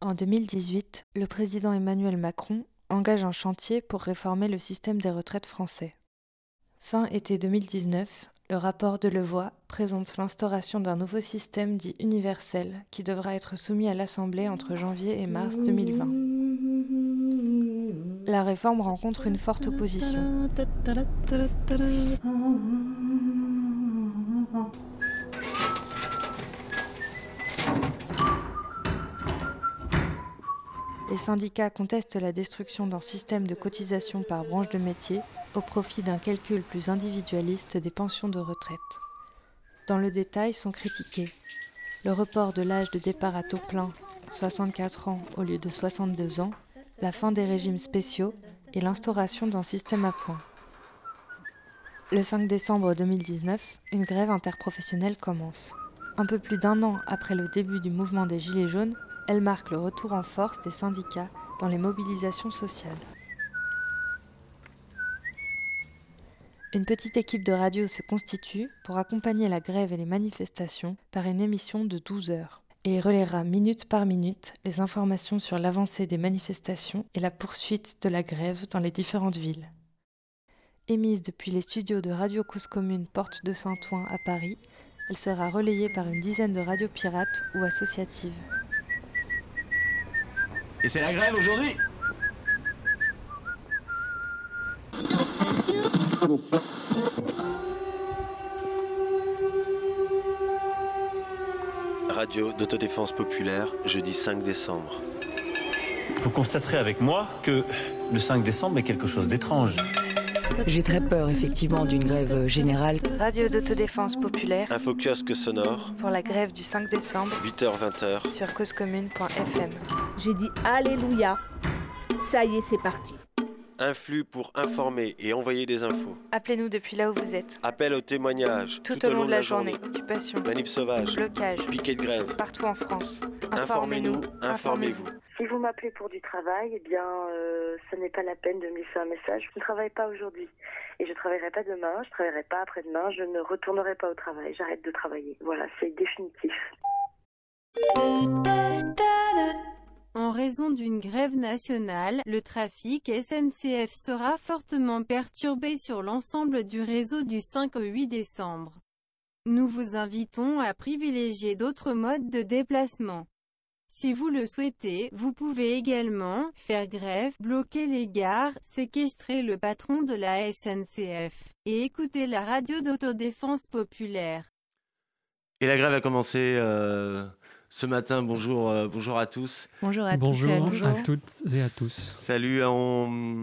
En 2018, le président Emmanuel Macron engage un chantier pour réformer le système des retraites français. Fin été 2019, le rapport Delevoye présente l'instauration d'un nouveau système dit universel qui devra être soumis à l'Assemblée entre janvier et mars 2020. La réforme rencontre une forte opposition. Les syndicats contestent la destruction d'un système de cotisation par branche de métier au profit d'un calcul plus individualiste des pensions de retraite. Dans le détail sont critiqués le report de l'âge de départ à taux plein, 64 ans au lieu de 62 ans, la fin des régimes spéciaux et l'instauration d'un système à points. Le 5 décembre 2019, une grève interprofessionnelle commence. Un peu plus d'un an après le début du mouvement des Gilets jaunes, elle marque le retour en force des syndicats dans les mobilisations sociales. Une petite équipe de radio se constitue pour accompagner la grève et les manifestations par une émission de 12 heures et relaiera minute par minute les informations sur l'avancée des manifestations et la poursuite de la grève dans les différentes villes. Émise depuis les studios de Radio Cause Commune Porte de Saint-Ouen à Paris, elle sera relayée par une dizaine de radios pirates ou associatives. Et c'est la grève aujourd'hui. Radio d'autodéfense populaire, jeudi 5 décembre. Vous constaterez avec moi que le 5 décembre est quelque chose d'étrange. J'ai très peur effectivement d'une grève générale. Radio d'autodéfense populaire. Info kiosque sonore. Pour la grève du 5 décembre. 8h-20h. Sur causecommune.fm. J'ai dit Alléluia. Ça y est, c'est parti. Influx pour informer et envoyer des infos. Appelez-nous depuis là où vous êtes. Appel au témoignage. Tout au long de la journée. Occupation. Manif sauvage. Blocage. Piquet de grève. Partout en France. Informez-nous, informez-vous. Si vous m'appelez pour du travail, eh bien, ça n'est pas la peine de me laisser un message. Je ne travaille pas aujourd'hui. Et je ne travaillerai pas demain, je ne travaillerai pas après-demain, je ne retournerai pas au travail. J'arrête de travailler. Voilà, c'est définitif. En raison d'une grève nationale, le trafic SNCF sera fortement perturbé sur l'ensemble du réseau du 5 au 8 décembre. Nous vous invitons à privilégier d'autres modes de déplacement. Si vous le souhaitez, vous pouvez également faire grève, bloquer les gares, séquestrer le patron de la SNCF, et écouter la radio d'autodéfense populaire. Et la grève a commencé ce matin. Bonjour à tous. Bonjour à tous et à toutes. Bonjour à toutes et à tous. Salut, on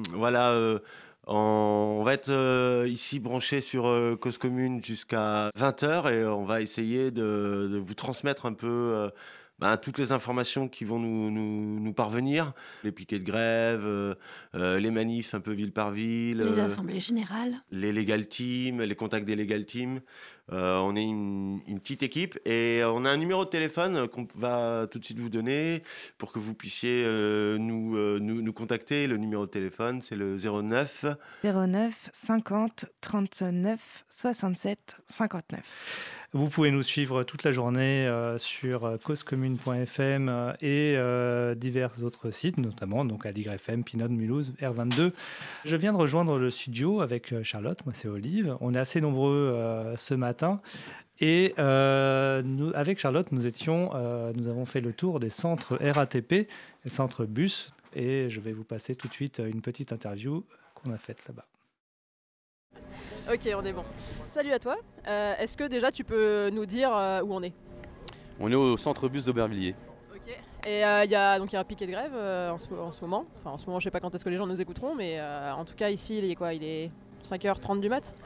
va être ici branché sur Cause Commune jusqu'à 20h et on va essayer de vous transmettre un peu toutes les informations qui vont nous parvenir. Les piquets de grève, les manifs un peu ville par ville. Les assemblées générales. Les legal teams, les contacts des legal teams. On est une petite équipe et on a un numéro de téléphone qu'on va tout de suite vous donner pour que vous puissiez nous contacter. Le numéro de téléphone, c'est le 09 50 39 67 59. Vous pouvez nous suivre toute la journée sur causecommune.fm et divers autres sites, notamment donc à LYFM, Pinot, Mulhouse, R22. Je viens de rejoindre le studio avec Charlotte, moi c'est Olive. On est assez nombreux ce matin. Et avec Charlotte, nous avons fait le tour des centres RATP, les centres bus. Et je vais vous passer tout de suite une petite interview qu'on a faite là-bas. Ok, on est bon. Salut à toi. Est-ce que déjà tu peux nous dire où on est ? On est au centre bus d'Aubervilliers. Ok. Et il y a un piquet de grève en ce moment. Enfin, en ce moment, je sais pas quand est-ce que les gens nous écouteront, mais en tout cas ici, il est 5h30 du mat.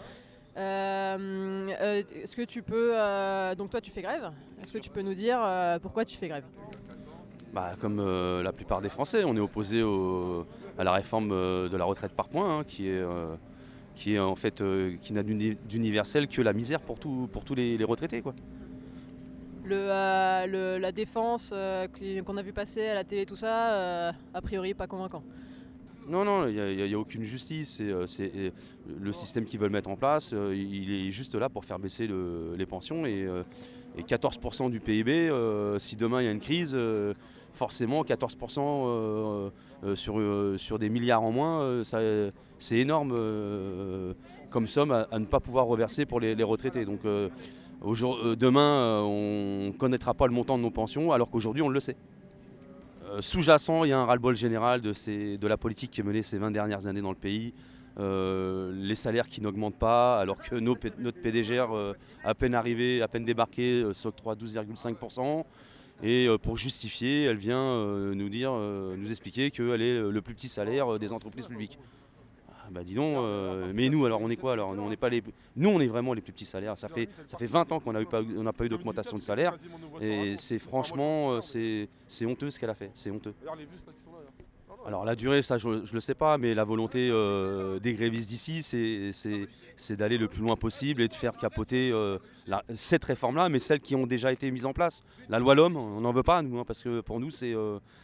Est-ce que tu peux... donc toi, tu fais grève. Est-ce que tu peux nous dire pourquoi tu fais grève ? Comme la plupart des Français, on est opposé à la réforme de la retraite par points, qui est en fait qui n'a d'universel que la misère pour tous les retraités, quoi. La défense qu'on a vu passer à la télé, tout ça, a priori pas convaincant. Non, il n'y a aucune justice. C'est le système qu'ils veulent mettre en place, il est juste là pour faire baisser les pensions et 14% du PIB, si demain il y a une crise, forcément 14% sur des milliards en moins, c'est énorme comme somme à ne pas pouvoir reverser pour les retraités. Donc demain, on ne connaîtra pas le montant de nos pensions, alors qu'aujourd'hui, on le sait. Sous-jacent, il y a un ras-le-bol général de la politique qui est menée ces 20 dernières années dans le pays. Les salaires qui n'augmentent pas, alors que notre PDGR, à peine arrivée, à peine débarquée, s'octroie 12,5%. Et pour justifier, elle vient nous expliquer qu'elle est le plus petit salaire des entreprises publiques. Bah dis donc, mais nous alors on est quoi alors? Nous on est vraiment les plus petits salaires. Ça fait 20 ans qu'on n'a pas eu d'augmentation de salaire. Et c'est franchement, c'est honteux ce qu'elle a fait, c'est honteux. Alors la durée, ça je le sais pas, mais la volonté des grévistes d'ici, c'est d'aller le plus loin possible et de faire capoter cette réforme-là, mais celles qui ont déjà été mises en place. La loi l'homme, on n'en veut pas nous, parce que pour nous c'est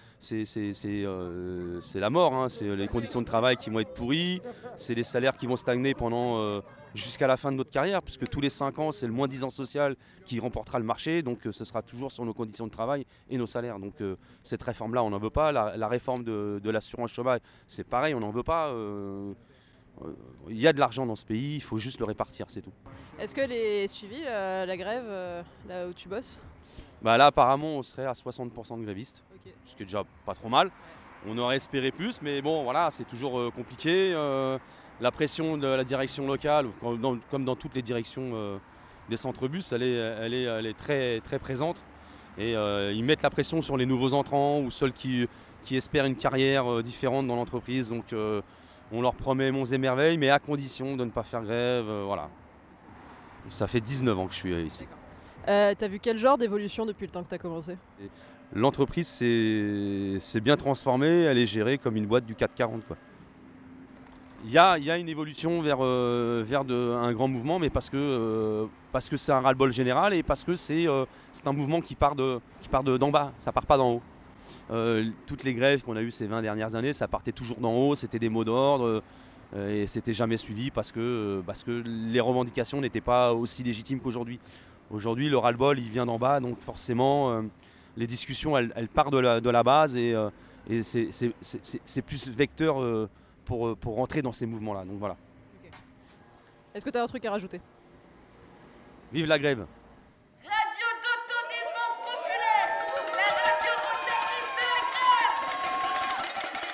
la mort, hein. C'est les conditions de travail qui vont être pourries, c'est les salaires qui vont stagner jusqu'à la fin de notre carrière, puisque tous les 5 ans, c'est le moins 10 ans social qui remportera le marché, donc ce sera toujours sur nos conditions de travail et nos salaires. Donc cette réforme-là, on n'en veut pas. La réforme de l'assurance chômage, c'est pareil, on n'en veut pas. Il y a de l'argent dans ce pays, il faut juste le répartir, c'est tout. Est-ce que les suivis, la grève, là où tu bosses? Bah là, apparemment, on serait à 60% de grévistes, ce qui est déjà pas trop mal. On aurait espéré plus, mais bon, voilà, c'est toujours compliqué. La pression de la direction locale, comme dans toutes les directions des centres-bus, elle est très, très présente. Et ils mettent la pression sur les nouveaux entrants ou ceux qui espèrent une carrière différente dans l'entreprise. Donc on leur promet monts et merveilles, mais à condition de ne pas faire grève. Voilà. Ça fait 19 ans que je suis ici. T'as vu quel genre d'évolution depuis le temps que t'as commencé? L'entreprise s'est bien transformée, elle est gérée comme une boîte du 440, quoi. Il y a une évolution vers un grand mouvement, mais parce que c'est un ras-le-bol général et parce que c'est un mouvement qui part d'en bas, ça part pas d'en haut. Toutes les grèves qu'on a eues ces 20 dernières années, ça partait toujours d'en haut, c'était des mots d'ordre et c'était jamais suivi parce que les revendications n'étaient pas aussi légitimes qu'aujourd'hui. Aujourd'hui, le ras-le-bol, il vient d'en bas, donc forcément, les discussions, elles partent de la base et c'est plus vecteur pour rentrer dans ces mouvements-là. Donc voilà. Okay. Est-ce que tu as un truc à rajouter? Vive la grève! Radio d'autodéfense populaire, la radio au service de la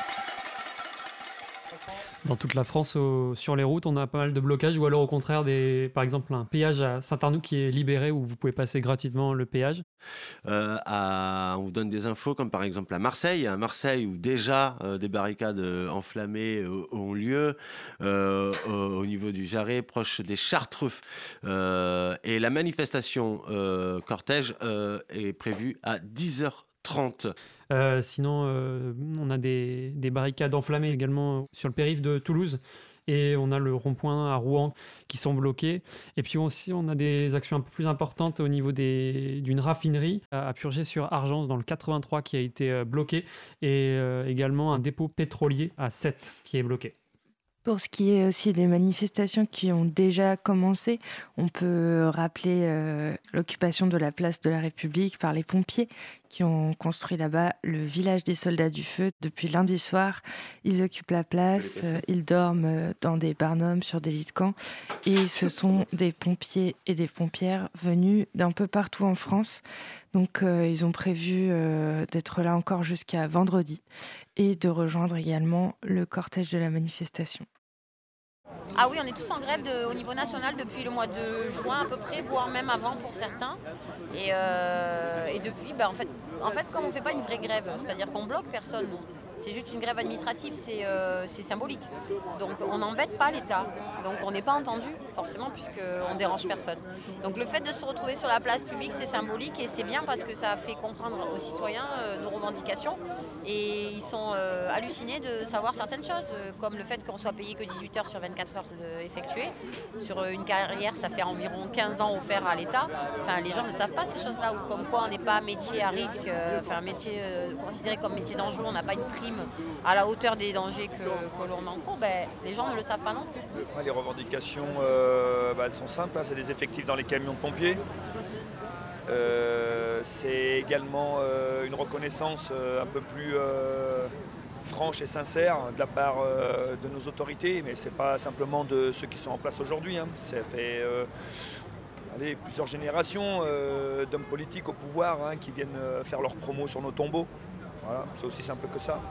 grève. Dans toute la France, sur les routes, on a pas mal de blocages ou alors au contraire, par exemple, un péage à Saint-Arnoux qui est libéré où vous pouvez passer gratuitement le péage. On vous donne des infos comme par exemple à Marseille où déjà des barricades enflammées ont lieu au niveau du Jarret, proche des Chartreux. Et la manifestation cortège est prévue à 10h30. Sinon, on a des barricades enflammées également sur le périph' de Toulouse. Et on a le rond-point à Rouen qui sont bloqués. Et puis aussi, on a des actions un peu plus importantes au niveau d'une raffinerie à Purgé-sur-Argence dans le 83 qui a été bloqué. Et également un dépôt pétrolier à Sète qui est bloqué. Pour ce qui est aussi des manifestations qui ont déjà commencé, on peut rappeler l'occupation de la place de la République par les pompiers qui ont construit là-bas le village des soldats du feu. Depuis lundi soir, ils occupent la place, ils dorment dans des barnums sur des lits de camp et ce sont des pompiers et des pompières venus d'un peu partout en France. Donc ils ont prévu d'être là encore jusqu'à vendredi et de rejoindre également le cortège de la manifestation. Ah oui, on est tous en grève au niveau national depuis le mois de juin à peu près, voire même avant pour certains. Et depuis, en fait, comme on ne fait pas une vraie grève, c'est-à-dire qu'on bloque personne, c'est juste une grève administrative, c'est symbolique. Donc on n'embête pas l'État, donc on n'est pas entendu forcément puisqu'on ne dérange personne. Donc le fait de se retrouver sur la place publique, c'est symbolique et c'est bien parce que ça fait comprendre aux citoyens nos revendications et ils sont hallucinés de savoir certaines choses, comme le fait qu'on soit payé que 18 heures sur 24 heures effectuées. Sur une carrière, ça fait environ 15 ans offert à l'État. Enfin, les gens ne savent pas ces choses-là, ou comme quoi on n'est pas un métier à risque, un métier considéré comme métier dangereux, on n'a pas une prime à la hauteur des dangers que l'on encourt, les gens ne le savent pas non plus. Les revendications, elles sont simples, c'est des effectifs dans les camions de pompiers. C'est également une reconnaissance un peu plus franche et sincère de la part de nos autorités, mais ce n'est pas simplement de ceux qui sont en place aujourd'hui. Ça fait plusieurs générations d'hommes politiques au pouvoir qui viennent faire leur promo sur nos tombeaux. Voilà, c'est aussi simple que ça.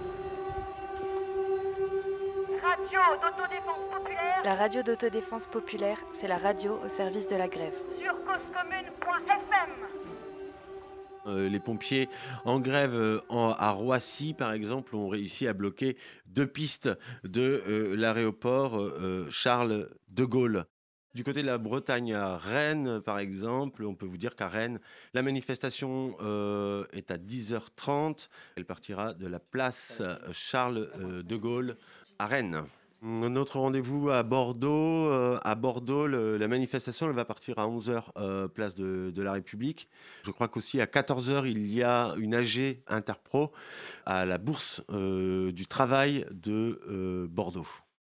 Radio d'autodéfense populaire. La radio d'autodéfense populaire, c'est la radio au service de la grève. Sur causecommune.fm. Les pompiers en grève à Roissy, par exemple, ont réussi à bloquer 2 pistes de l'aéroport Charles de Gaulle. Du côté de la Bretagne, à Rennes, par exemple, on peut vous dire qu'à Rennes, la manifestation est à 10h30. Elle partira de la place Charles de Gaulle à Rennes. Notre rendez-vous à Bordeaux. La manifestation elle va partir à 11h, place de la République. Je crois qu'aussi à 14h, il y a une AG Interpro à la Bourse du Travail de Bordeaux.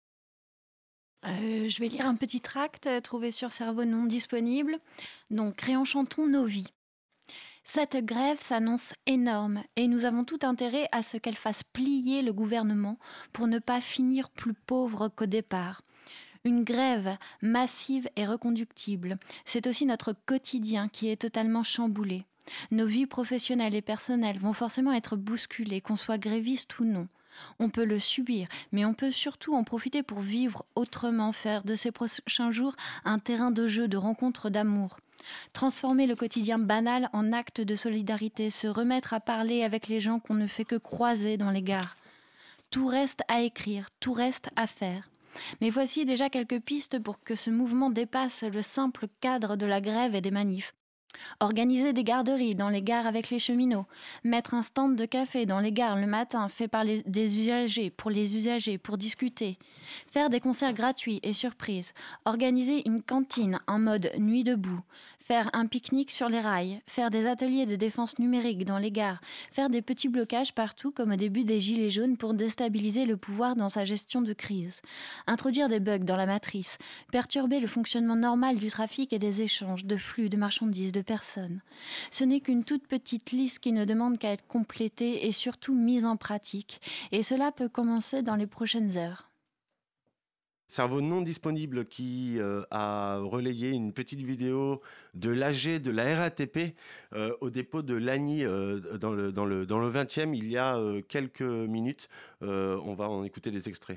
Je vais lire un petit tract trouvé sur Cerveau non disponible. Donc, réenchantons nos vies. Cette grève s'annonce énorme et nous avons tout intérêt à ce qu'elle fasse plier le gouvernement pour ne pas finir plus pauvre qu'au départ. Une grève massive et reconductible, c'est aussi notre quotidien qui est totalement chamboulé. Nos vies professionnelles et personnelles vont forcément être bousculées, qu'on soit gréviste ou non. On peut le subir, mais on peut surtout en profiter pour vivre autrement, faire de ces prochains jours un terrain de jeu, de rencontres, d'amour. Transformer le quotidien banal en acte de solidarité, se remettre à parler avec les gens qu'on ne fait que croiser dans les gares. Tout reste à écrire, tout reste à faire. Mais voici déjà quelques pistes pour que ce mouvement dépasse le simple cadre de la grève et des manifs. Organiser des garderies dans les gares avec les cheminots, mettre un stand de café dans les gares le matin fait par des usagers pour discuter, faire des concerts gratuits et surprises, organiser une cantine en mode nuit debout, faire un pique-nique sur les rails, faire des ateliers de défense numérique dans les gares, faire des petits blocages partout comme au début des Gilets jaunes pour déstabiliser le pouvoir dans sa gestion de crise, introduire des bugs dans la matrice, perturber le fonctionnement normal du trafic et des échanges, de flux, de marchandises, de personnes. Ce n'est qu'une toute petite liste qui ne demande qu'à être complétée et surtout mise en pratique. Et cela peut commencer dans les prochaines heures. Cerveau non disponible qui a relayé une petite vidéo de l'AG de la RATP au dépôt de Lagny dans le 20e il y a quelques minutes. On va en écouter des extraits.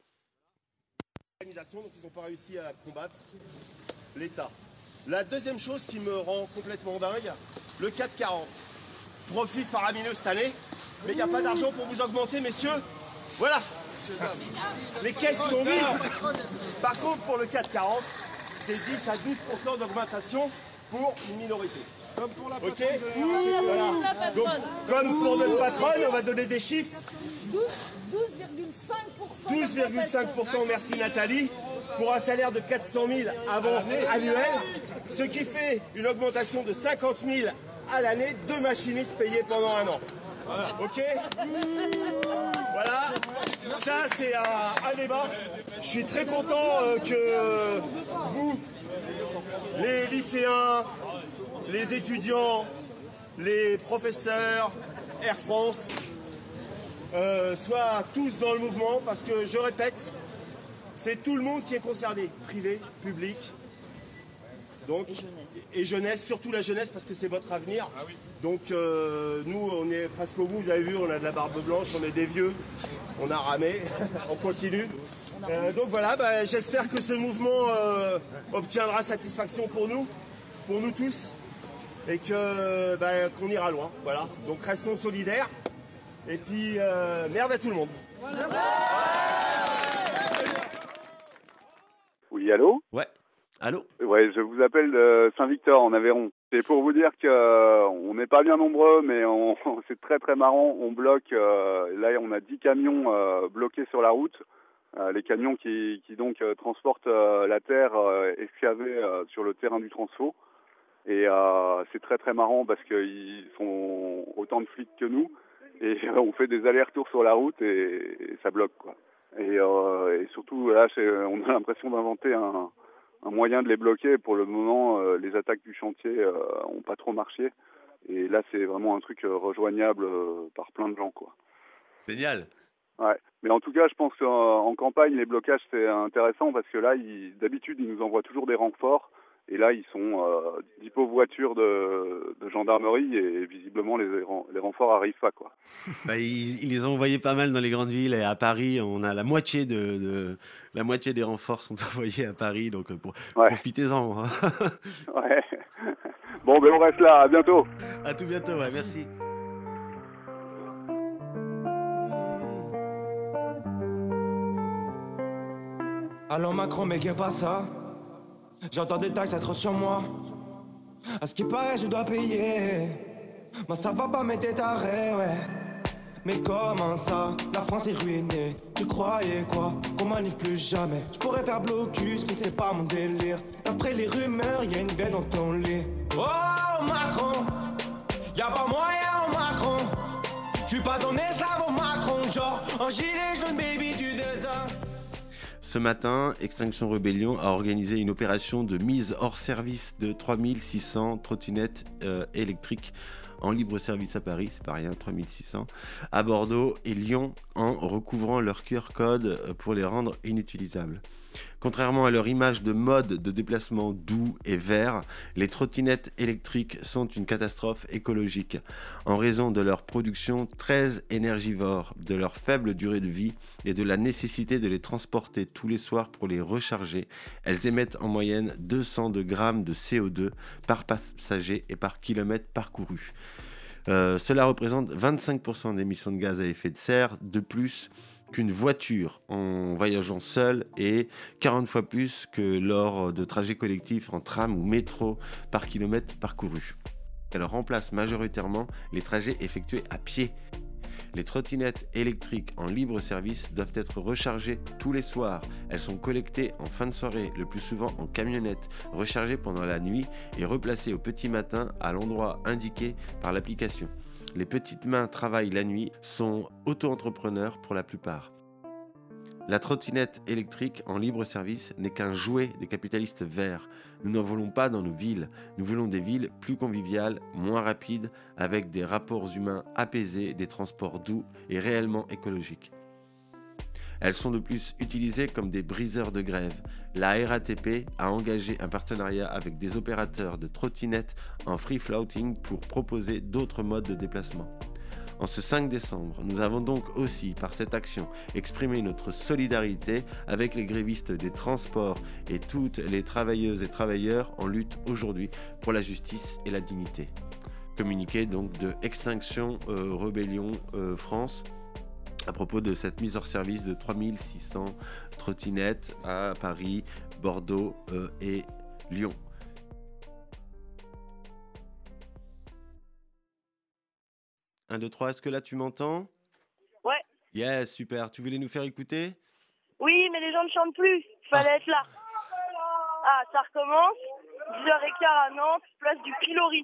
Donc ils n'ont pas réussi à combattre l'État. La deuxième chose qui me rend complètement dingue, le 440. Profit faramineux cette année, mais il n'y a pas d'argent pour vous augmenter, messieurs. Voilà. Les caisses sont vides. Par contre, pour le 440, c'est 10 à 12% d'augmentation pour une minorité. Comme pour la patronne. Ok. Voilà. Donc, comme pour notre patronne, on va donner des chiffres. 12,5%. 12,5%, merci Nathalie, pour un salaire de 400 000 avant annuel, ce qui fait une augmentation de 50 000 à l'année, 2 machinistes payés pendant un an. Voilà. Ok. Voilà, ça c'est un débat. Je suis très content que vous, les lycéens, les étudiants, les professeurs, Air France, soient tous dans le mouvement parce que, je répète, c'est tout le monde qui est concerné, privé, public. Donc, et jeunesse, surtout la jeunesse parce que c'est votre avenir. Ah oui. Donc nous on est presque au bout, vous avez vu, on a de la barbe blanche, on est des vieux, on a ramé, on continue. Donc voilà, j'espère que ce mouvement obtiendra satisfaction pour nous tous, et que qu'on ira loin. Voilà. Donc restons solidaires et puis merde à tout le monde. Oui, allô ? Ouais. Allô ? Ouais, je vous appelle de Saint-Victor en Aveyron. C'est pour vous dire qu'on n'est pas bien nombreux, mais c'est très très marrant. On bloque, là on a 10 camions bloqués sur la route. Les camions qui donc transportent la terre excavée sur le terrain du transfo. Et c'est très très marrant parce qu'ils sont autant de flics que nous. Et on fait des allers-retours sur la route et ça bloque, quoi. Et surtout là, on a l'impression d'inventer un moyen de les bloquer. Pour le moment, les attaques du chantier n'ont pas trop marché. Et là, c'est vraiment un truc rejoignable par plein de gens, quoi. Génial. Ouais. Mais en tout cas, je pense qu'en campagne, les blocages, c'est intéressant parce que là, d'habitude, ils nous envoient toujours des renforts. Et là, ils sont 10 pauvres voitures de gendarmerie et visiblement, les renforts n'arrivent pas, quoi. Bah, ils les ont envoyés pas mal dans les grandes villes et à Paris, on a la moitié la moitié des renforts sont envoyés à Paris, donc profitez-en. Hein. Ouais. Bon, ben on reste là. À bientôt. À tout bientôt. Ouais, merci. Allô Macron, mais qu'est pas ça? J'entends des taxes être sur moi. À ce qui paraît, je dois payer. Moi, ça va pas, mais t'es taré, ouais. Mais comment ça? La France est ruinée. Tu croyais quoi? Qu'on manif plus jamais. Je pourrais faire blocus, mais c'est pas mon délire. D'après les rumeurs, y'a une bête dans ton lit. Oh Macron, y'a pas moyen au Macron. J'suis pas ton esclave au Macron. Genre, en gilet jaune, baby, tu déteins. Ce matin, Extinction Rebellion a organisé une opération de mise hors service de 3600 trottinettes électriques en libre service à Paris, c'est pas rien, 3600, à Bordeaux et Lyon, en recouvrant leur QR code pour les rendre inutilisables. Contrairement à leur image de mode de déplacement doux et vert, les trottinettes électriques sont une catastrophe écologique. En raison de leur production très énergivore, de leur faible durée de vie et de la nécessité de les transporter tous les soirs pour les recharger, elles émettent en moyenne 202 grammes de CO2 par passager et par kilomètre parcouru. Cela représente 25% d'émissions de gaz à effet de serre de plus qu'une voiture en voyageant seule et 40 fois plus que lors de trajets collectifs en tram ou métro par kilomètre parcouru. Elle remplace majoritairement les trajets effectués à pied. Les trottinettes électriques en libre service doivent être rechargées tous les soirs. Elles sont collectées en fin de soirée, le plus souvent en camionnette, rechargées pendant la nuit et replacées au petit matin à l'endroit indiqué par l'application. Les petites mains travaillent la nuit, sont auto-entrepreneurs pour la plupart. La trottinette électrique en libre service n'est qu'un jouet des capitalistes verts. Nous n'en voulons pas dans nos villes. Nous voulons des villes plus conviviales, moins rapides, avec des rapports humains apaisés, des transports doux et réellement écologiques. Elles sont de plus utilisées comme des briseurs de grève. La RATP a engagé un partenariat avec des opérateurs de trottinettes en free floating pour proposer d'autres modes de déplacement. En ce 5 décembre, nous avons donc aussi, par cette action, exprimé notre solidarité avec les grévistes des transports et toutes les travailleuses et travailleurs en lutte aujourd'hui pour la justice et la dignité. Communiqué donc de Extinction Rebellion France à propos de cette mise hors service de 3600 trottinettes à Paris, Bordeaux et Lyon. Un, 2, 3, est-ce que là tu m'entends? Ouais. Yes, super. Tu voulais nous faire écouter? Oui, mais les gens ne chantent plus. Fallait être là. Ah, ça recommence. 10h15 à Nantes, place du Pilori.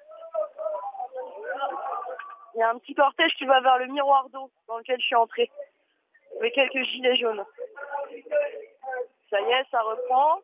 Il y a un petit cortège qui va vers le miroir d'eau dans lequel je suis entrée. Avec quelques gilets jaunes. Ça y est, ça reprend.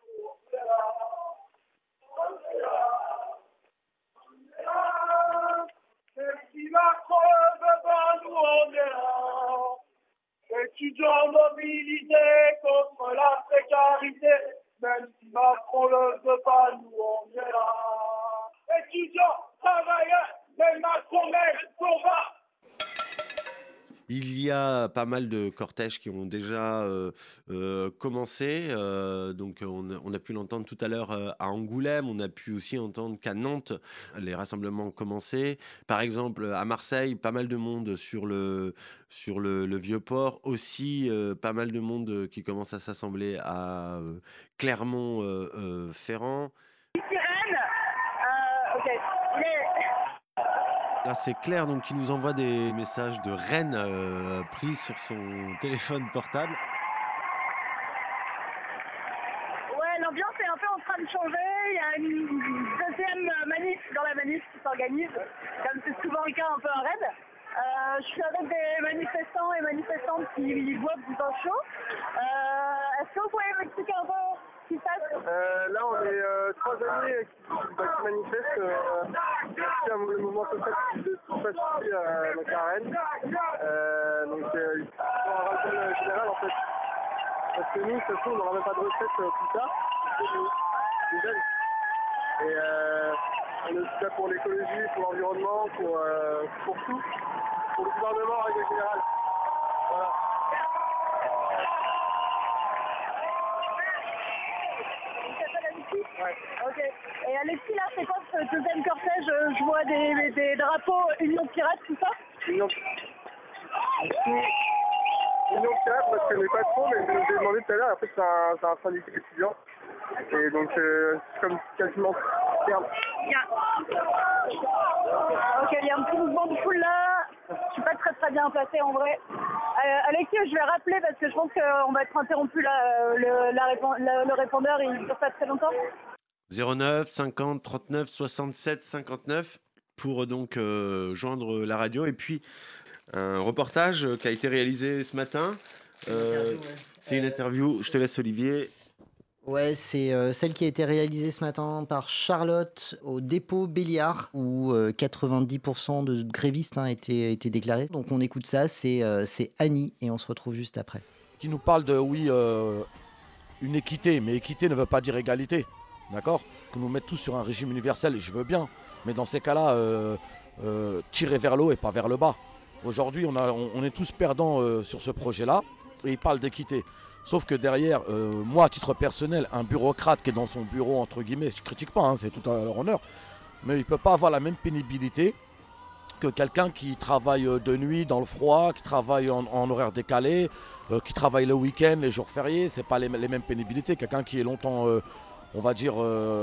Si Macron veut pas, nous on est là. Étudiants mobilisés contre la précarité. Même si Macron ne veut pas, nous on est là. Étudiants, travailleurs, mais Macron mène combat. Il y a pas mal de cortèges qui ont déjà commencé. Donc on a pu l'entendre tout à l'heure à Angoulême. On a pu aussi entendre qu'à Nantes, les rassemblements ont commencé. Par exemple, à Marseille, pas mal de monde sur le Vieux-Port. Aussi, pas mal de monde qui commence à s'assembler à Clermont-Ferrand. Là, c'est Claire donc, qui nous envoie des messages de Rennes pris sur son téléphone portable. Ouais, l'ambiance est un peu en train de changer. Il y a une deuxième manif dans la manif qui s'organise, comme c'est souvent le cas un peu à Rennes. Je suis avec des manifestants et manifestantes qui boivent du vin chaud. Est-ce que vous pouvez m'expliquer un peu Qu'est-ce qui se passe Là, on est 3 amis qui manifestent. C'est le mouvement social de pacifier donc à Rennes. Donc, il faut un ras-le-bol général en fait. Parce que nous, de toute façon, on n'aura même pas de retraite plus tard. Les jeunes. Et on est aussi là pour l'écologie, pour l'environnement, pour tout. Pour le gouvernement en règle générale. Voilà. Ouais. Ok. Et Alexis, là, c'est quoi ce deuxième cortège? Je vois des drapeaux Union Pirate, tout ça. Union Pirate, moi je connais pas trop, mais je vous ai demandé tout à l'heure. En fait, c'est un syndicat étudiant. Et donc, c'est comme quasiment. Merde. Ok, il y a un petit mouvement de foule là. Je suis pas très bien placée en vrai. Alexis, je vais rappeler parce que je pense qu'on va être interrompu là. Le répondeur, il dure pas très longtemps. 09 50 39 67 59 pour donc joindre la radio. Et puis un reportage qui a été réalisé ce matin. C'est une interview. Je te laisse, Olivier. Ouais, c'est celle qui a été réalisée ce matin par Charlotte au dépôt Béliard, où 90% de grévistes étaient déclarés. Donc on écoute ça, c'est Annie, et on se retrouve juste après. Qui nous parle de, une équité, mais équité ne veut pas dire égalité, d'accord ? Que nous mettons tous sur un régime universel, je veux bien, mais dans ces cas-là, tirer vers le haut et pas vers le bas. Aujourd'hui, on est tous perdants sur ce projet-là, et il parle d'équité. Sauf que derrière, moi, à titre personnel, un bureaucrate qui est dans son bureau, entre guillemets, je ne critique pas, c'est tout à leur honneur, mais il ne peut pas avoir la même pénibilité que quelqu'un qui travaille de nuit, dans le froid, qui travaille en horaire décalé, qui travaille le week-end, les jours fériés, ce n'est pas les mêmes pénibilités. Quelqu'un qui est longtemps, on va dire,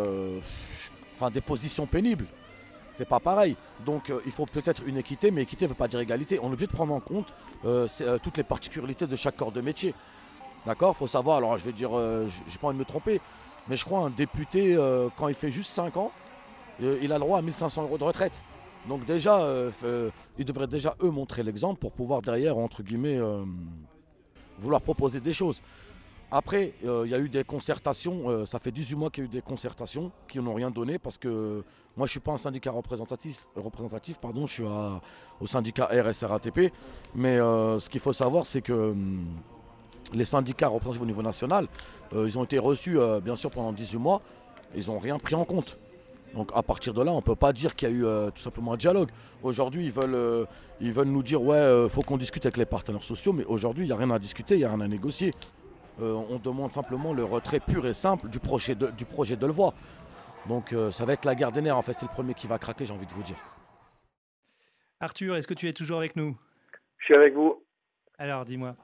des positions pénibles. C'est pas pareil. Donc il faut peut-être une équité, mais équité ne veut pas dire égalité. On est obligé de prendre en compte toutes les particularités de chaque corps de métier. D'accord, faut savoir, alors je vais dire, j'ai pas envie de me tromper, mais je crois un député, quand il fait juste 5 ans, il a le droit à 1 500 € de retraite. Donc déjà, ils devraient déjà, eux, montrer l'exemple pour pouvoir derrière, entre guillemets, vouloir proposer des choses. Après, il y a eu des concertations, ça fait 18 mois qu'il y a eu des concertations qui n'ont rien donné parce que moi je ne suis pas un syndicat représentatif, je suis au syndicat RSRATP, mais ce qu'il faut savoir c'est que les syndicats représentatifs au niveau national, ils ont été reçus bien sûr pendant 18 mois, ils n'ont rien pris en compte. Donc à partir de là, on ne peut pas dire qu'il y a eu tout simplement un dialogue. Aujourd'hui, ils veulent nous dire faut qu'on discute avec les partenaires sociaux, mais aujourd'hui, il n'y a rien à discuter, il n'y a rien à négocier. On demande simplement le retrait pur et simple du projet de Delevoye. Donc ça va être la guerre des nerfs, en fait, c'est le premier qui va craquer, j'ai envie de vous dire. Arthur, est-ce que tu es toujours avec nous ? Je suis avec vous. Alors, dis-moi.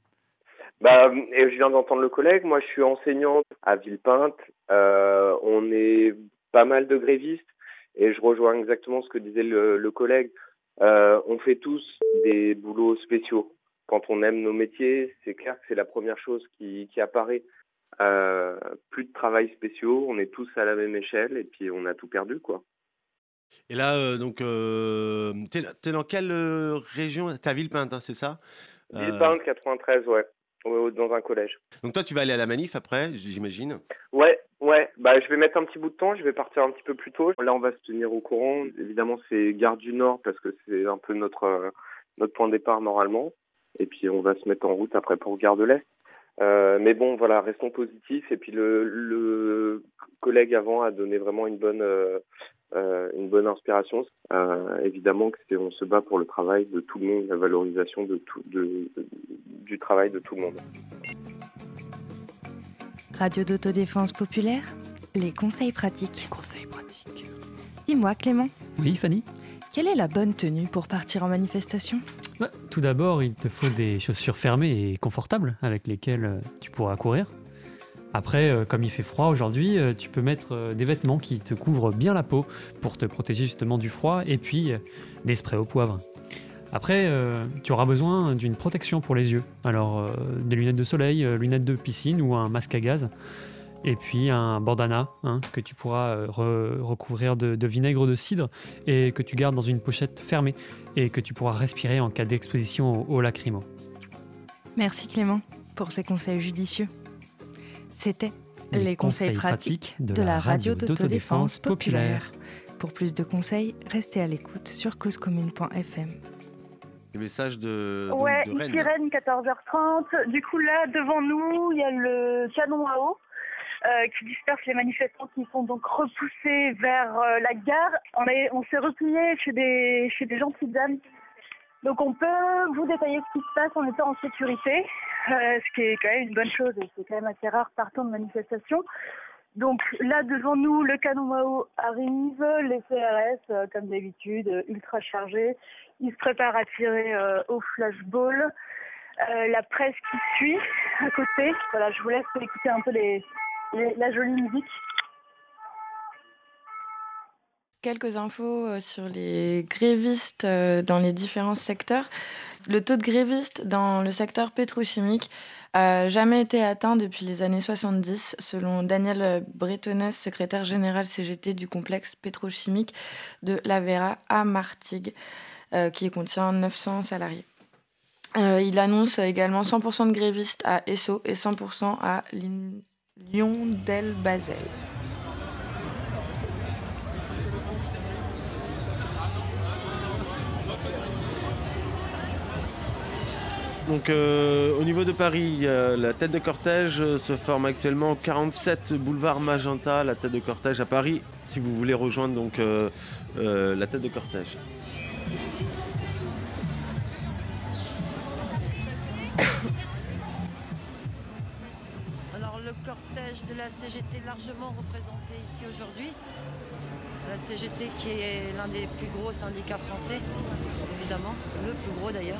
Je viens d'entendre le collègue, moi je suis enseignante à Villepinte, on est pas mal de grévistes et je rejoins exactement ce que disait le collègue. On fait tous des boulots spéciaux. Quand on aime nos métiers, c'est clair que c'est la première chose qui apparaît. Plus de travail spéciaux, on est tous à la même échelle et puis on a tout perdu, quoi. Et là, t'es dans quelle région ? T'es à Villepinte, c'est ça ? Villepinte, 93, ouais. Dans un collège. Donc toi, tu vas aller à la manif après, j'imagine ? Ouais. Je vais mettre un petit bout de temps, je vais partir un petit peu plus tôt. Là, on va se tenir au courant. Évidemment, c'est Gare du Nord parce que c'est un peu notre point de départ normalement. Et puis, on va se mettre en route après pour Gare de l'Est. Mais bon, voilà, restons positifs. Et puis, le collègue avant a donné vraiment une bonne inspiration. Évidemment on se bat pour le travail de tout le monde, la valorisation du travail de tout le monde. Radio d'autodéfense populaire, les conseils pratiques. Dis-moi Clément. Oui, Fanny. Quelle est la bonne tenue pour partir en manifestation ? Tout d'abord, il te faut des chaussures fermées et confortables avec lesquelles tu pourras courir. Après, comme il fait froid aujourd'hui, tu peux mettre des vêtements qui te couvrent bien la peau pour te protéger justement du froid et puis des sprays au poivre. Après, tu auras besoin d'une protection pour les yeux. Alors, des lunettes de soleil, lunettes de piscine ou un masque à gaz. Et puis un bandana que tu pourras recouvrir de vinaigre de cidre et que tu gardes dans une pochette fermée et que tu pourras respirer en cas d'exposition au lacrymo. Merci Clément pour ces conseils judicieux. C'était les conseils pratiques de la radio d'autodéfense populaire. Pour plus de conseils, restez à l'écoute sur causecommune.fm. Les messages de Ouais, Rennes. ici Rennes, 14h30. Du coup, là, devant nous, il y a le canon à eau qui disperse les manifestants qui sont donc repoussés vers la gare. On s'est replié chez des gentilles dames. Donc, on peut vous détailler ce qui se passe en étant en sécurité, ce qui est quand même une bonne chose et c'est quand même assez rare par temps de manifestation. Donc là, devant nous, le canon à eau arrive, les CRS, comme d'habitude, ultra chargés. Ils se préparent à tirer au flashball. La presse qui suit à côté. Voilà, je vous laisse écouter un peu la jolie musique. Quelques infos sur les grévistes dans les différents secteurs. Le taux de grévistes dans le secteur pétrochimique n'a jamais été atteint depuis les années 70, selon Daniel Bretonnes, secrétaire général CGT du complexe pétrochimique de l'Avera à Martigues, qui contient 900 salariés. Il annonce également 100% de grévistes à Esso et 100% à Lyon-Del-Basel. Donc au niveau de Paris, la tête de cortège se forme actuellement au 47 boulevard Magenta, la tête de cortège à Paris, si vous voulez rejoindre donc la tête de cortège. Alors le cortège de la CGT largement représenté ici aujourd'hui. La CGT qui est l'un des plus gros syndicats français, évidemment, le plus gros d'ailleurs.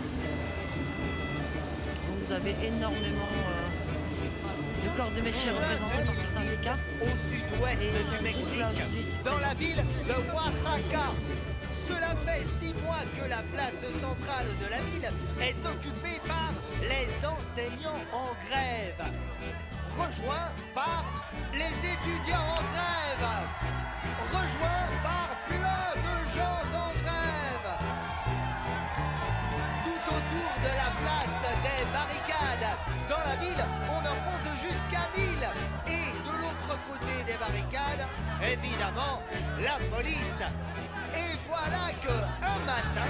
Vous avez énormément de corps de métier représentés par ce syndicat. Au sud-ouest du Mexique, dans la ville de Oaxaca. Cela fait 6 mois que la place centrale de la ville est occupée par les enseignants en grève, rejoints par les étudiants en grève, rejoints par plein de gens en grève. Tout autour de la place des barricades. Dans la ville, on en compte jusqu'à 1000. Et de l'autre côté des barricades, évidemment, la police. Et voilà que un matin...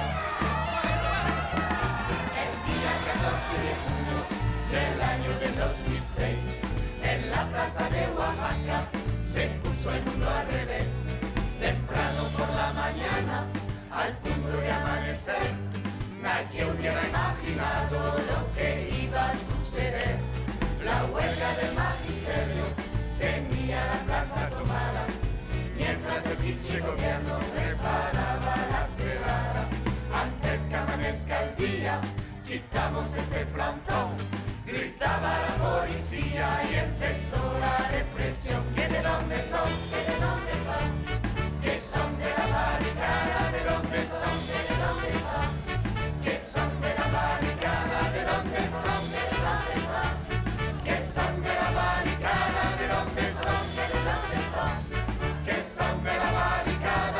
El día 14 de junio del año del 2006, en la plaza de Oaxaca, se puso el mundo al revés. Temprano por la mañana, al punto de amanecer, nadie hubiera imaginado lo que iba a suceder. La huelga del magisterio tenía la plaza tomada, mientras el pinche gobierno preparaba la celada. Antes que amanezca el día, quitamos este plantón, gritaba la policía y empezó la represión. ¿Que de dónde son? ¿Que de dónde son? Que son de la barricada. ¿De dónde son? ¿Que de dónde son? Que son de la barricada. ¿De dónde son? ¿Que de dónde son? Que son de la barricada. ¿De dónde son? ¿Que de dónde son? Que son de la barricada.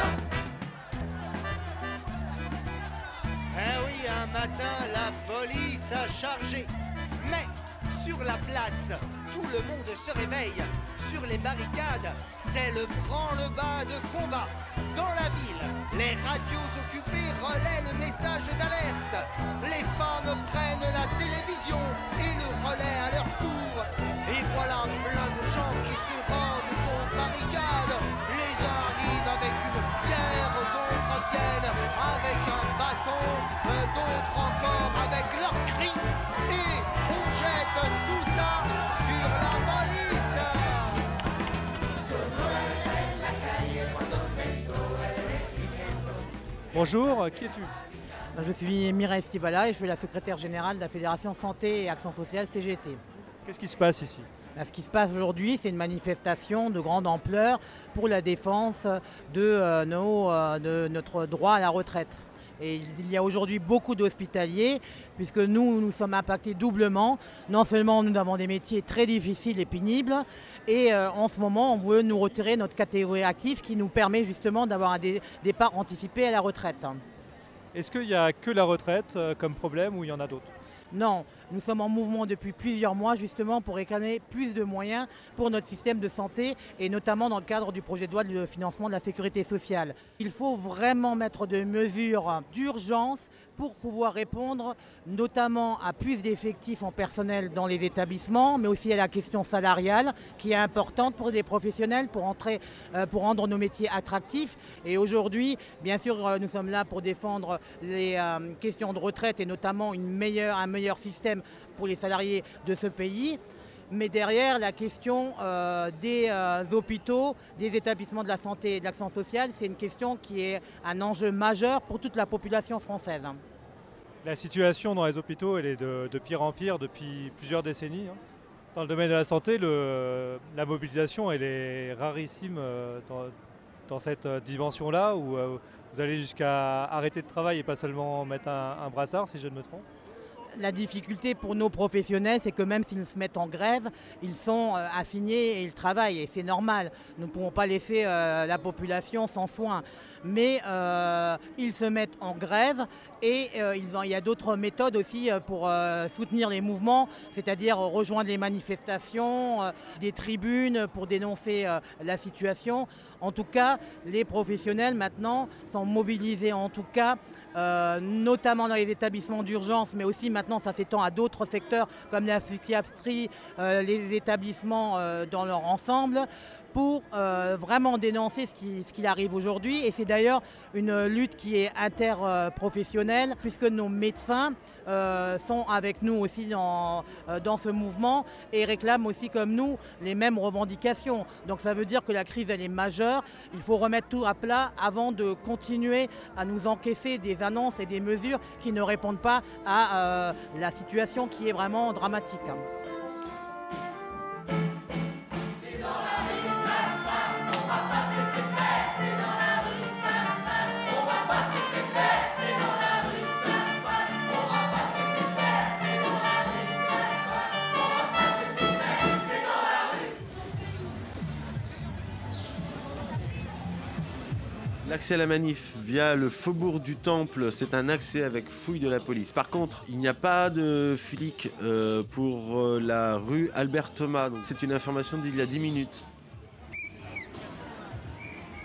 Eh oui, un matin, la police a chargé. Mais sur la place, tout le monde se réveille. Sur les barricades, c'est le branle-bas de combat. Dans la ville, les radios occupées relaient le message d'alerte. Les femmes prennent la télévision et le relaient à leur tour. Et voilà plein de gens qui se rendent aux barricades. Les uns arrivent avec une pierre, d'autres viennent avec un bâton, d'autres encore avec leurs cris. Et on jette tout ça sur la police. Bonjour, qui es-tu? Je suis Mireille Stivala et je suis la secrétaire générale de la Fédération Santé et Action Sociale CGT. Qu'est-ce qui se passe ici? Ce qui se passe aujourd'hui, c'est une manifestation de grande ampleur pour la défense de notre droit à la retraite. Et il y a aujourd'hui beaucoup d'hospitaliers, puisque nous sommes impactés doublement. Non seulement nous avons des métiers très difficiles et pénibles, et en ce moment, on veut nous retirer notre catégorie active qui nous permet justement d'avoir un départ anticipé à la retraite. Est-ce qu'il n'y a que la retraite comme problème ou il y en a d'autres? Non, nous sommes en mouvement depuis plusieurs mois justement pour réclamer plus de moyens pour notre système de santé et notamment dans le cadre du projet de loi de financement de la sécurité sociale. Il faut vraiment mettre des mesures d'urgence pour pouvoir répondre notamment à plus d'effectifs en personnel dans les établissements, mais aussi à la question salariale qui est importante pour des professionnels pour rendre nos métiers attractifs. Et aujourd'hui, bien sûr, nous sommes là pour défendre les questions de retraite et notamment un meilleur système pour les salariés de ce pays. Mais derrière, la question des hôpitaux, des établissements de la santé et de l'action sociale, c'est une question qui est un enjeu majeur pour toute la population française. La situation dans les hôpitaux, elle est de pire en pire depuis plusieurs décennies. Dans le domaine de la santé, la mobilisation, elle est rarissime dans cette dimension-là, où vous allez jusqu'à arrêter de travail et pas seulement mettre un brassard, si je ne me trompe. La difficulté pour nos professionnels, c'est que même s'ils se mettent en grève, ils sont assignés et ils travaillent. Et c'est normal. Nous ne pouvons pas laisser la population sans soins. Mais ils se mettent en grève et il y a d'autres méthodes aussi pour soutenir les mouvements, c'est-à-dire rejoindre les manifestations, des tribunes pour dénoncer la situation. En tout cas, les professionnels maintenant sont mobilisés en tout cas, notamment dans les établissements d'urgence, mais aussi maintenant ça s'étend à d'autres secteurs comme la psychiatrie, les établissements dans leur ensemble, pour vraiment dénoncer ce qu'il arrive aujourd'hui. Et c'est d'ailleurs une lutte qui est interprofessionnelle, puisque nos médecins sont avec nous aussi dans ce mouvement et réclament aussi comme nous les mêmes revendications. Donc ça veut dire que la crise elle est majeure. Il faut remettre tout à plat avant de continuer à nous encaisser des annonces et des mesures qui ne répondent pas à la situation qui est vraiment dramatique. L'accès à la manif via le faubourg du Temple, c'est un accès avec fouille de la police. Par contre, il n'y a pas de flic pour la rue Albert Thomas. Donc, c'est une information d'il y a 10 minutes. Allô ?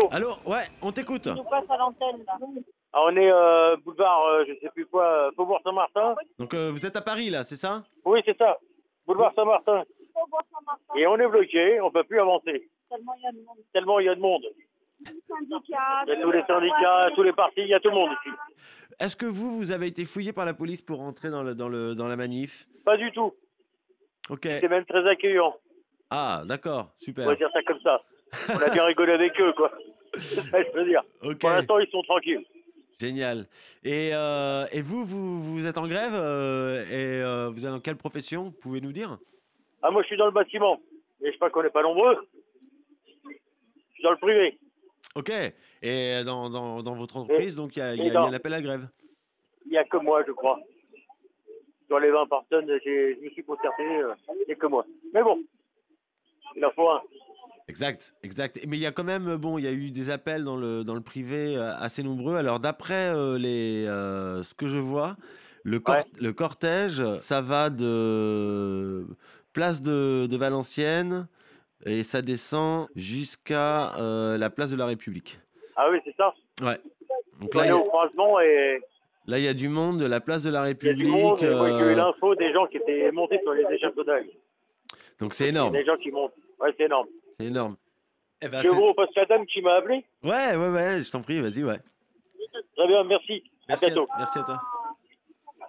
Allô ? Ouais, on t'écoute. On passe à l'antenne là. Ah, on est boulevard, je sais plus quoi, Faubourg Saint-Martin. Donc vous êtes à Paris là, c'est ça ? Oui, c'est ça. Boulevard Saint-Martin. Et on est bloqué, on peut plus avancer. Tellement il y a de monde. Tellement il y a de monde. Syndicats, Il y a tous les syndicats, tous les partis, il y a tout le monde ici. Est-ce que vous avez été fouillé par la police pour rentrer dans la manif ? Pas du tout. Ok. C'est même très accueillant. Ah, d'accord, super. On va dire ça comme ça. On a bien rigolé avec eux, quoi. C'est ça que je veux dire. Ok. Pour l'instant, ils sont tranquilles. Génial. Et vous êtes en grève vous êtes dans quelle profession ? Vous pouvez nous dire ? Ah, moi, je suis dans le bâtiment. Mais je sais qu'on n'est pas nombreux. Je suis dans le privé. Ok. Et dans votre entreprise, donc il y a un appel à grève ? Il n'y a que moi, je crois. Sur les 20 personnes, je me suis concerté, il n'y a que moi. Mais bon, il en faut un. Exact. Mais il y a quand même, il y a eu des appels dans le privé assez nombreux. Alors d'après ce que je vois, le cortège, ça va de place de Valenciennes et ça descend jusqu'à la place de la République. Ah oui, c'est ça. Ouais. Donc là, au croisement et... Là, il y a du monde de la place de la République. Il y a du monde, et moi, j'ai eu l'info des gens qui étaient montés sur les échafaudages. Donc c'est énorme. Il y a des gens qui montent. Ouais, c'est énorme. C'est énorme. Eh ben, je vous repasse la dame qui m'a appelé. Ouais, je t'en prie, vas-y, ouais. Très bien, merci. À bientôt. Merci à toi. Allô ?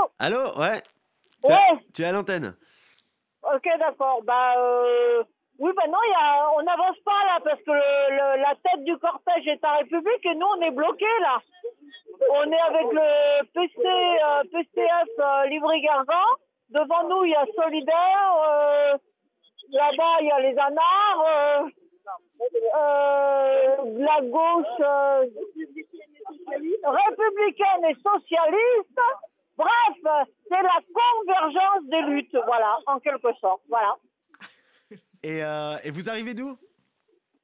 Allô, ouais. Tu es à l'antenne. Ok, d'accord. Oui, non, on n'avance pas là parce que la tête du cortège est à République et nous, on est bloqués là. On est avec le PCF Livry-Gargan. Devant nous, il y a Solidaire. Là-bas, il y a les Anards. La gauche républicaine et socialiste. Bref, c'est la convergence des luttes, voilà, en quelque sorte, voilà. Et vous arrivez d'où ?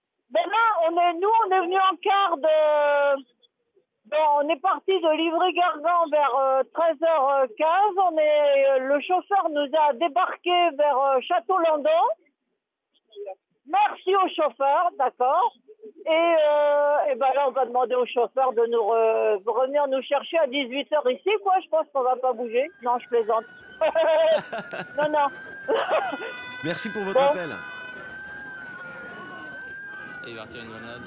Ben là, on est venu en quart Bon, on est parti de Livry-Gargan vers 13h15. Le chauffeur nous a débarqué vers Château-Landon. Merci au chauffeur, d'accord. Et ben là, on va demander au chauffeur de nous revenir nous chercher à 18h ici, quoi. Je pense qu'on va pas bouger. Non, je plaisante. Non. Merci pour votre appel. Et il va retirer une grenade.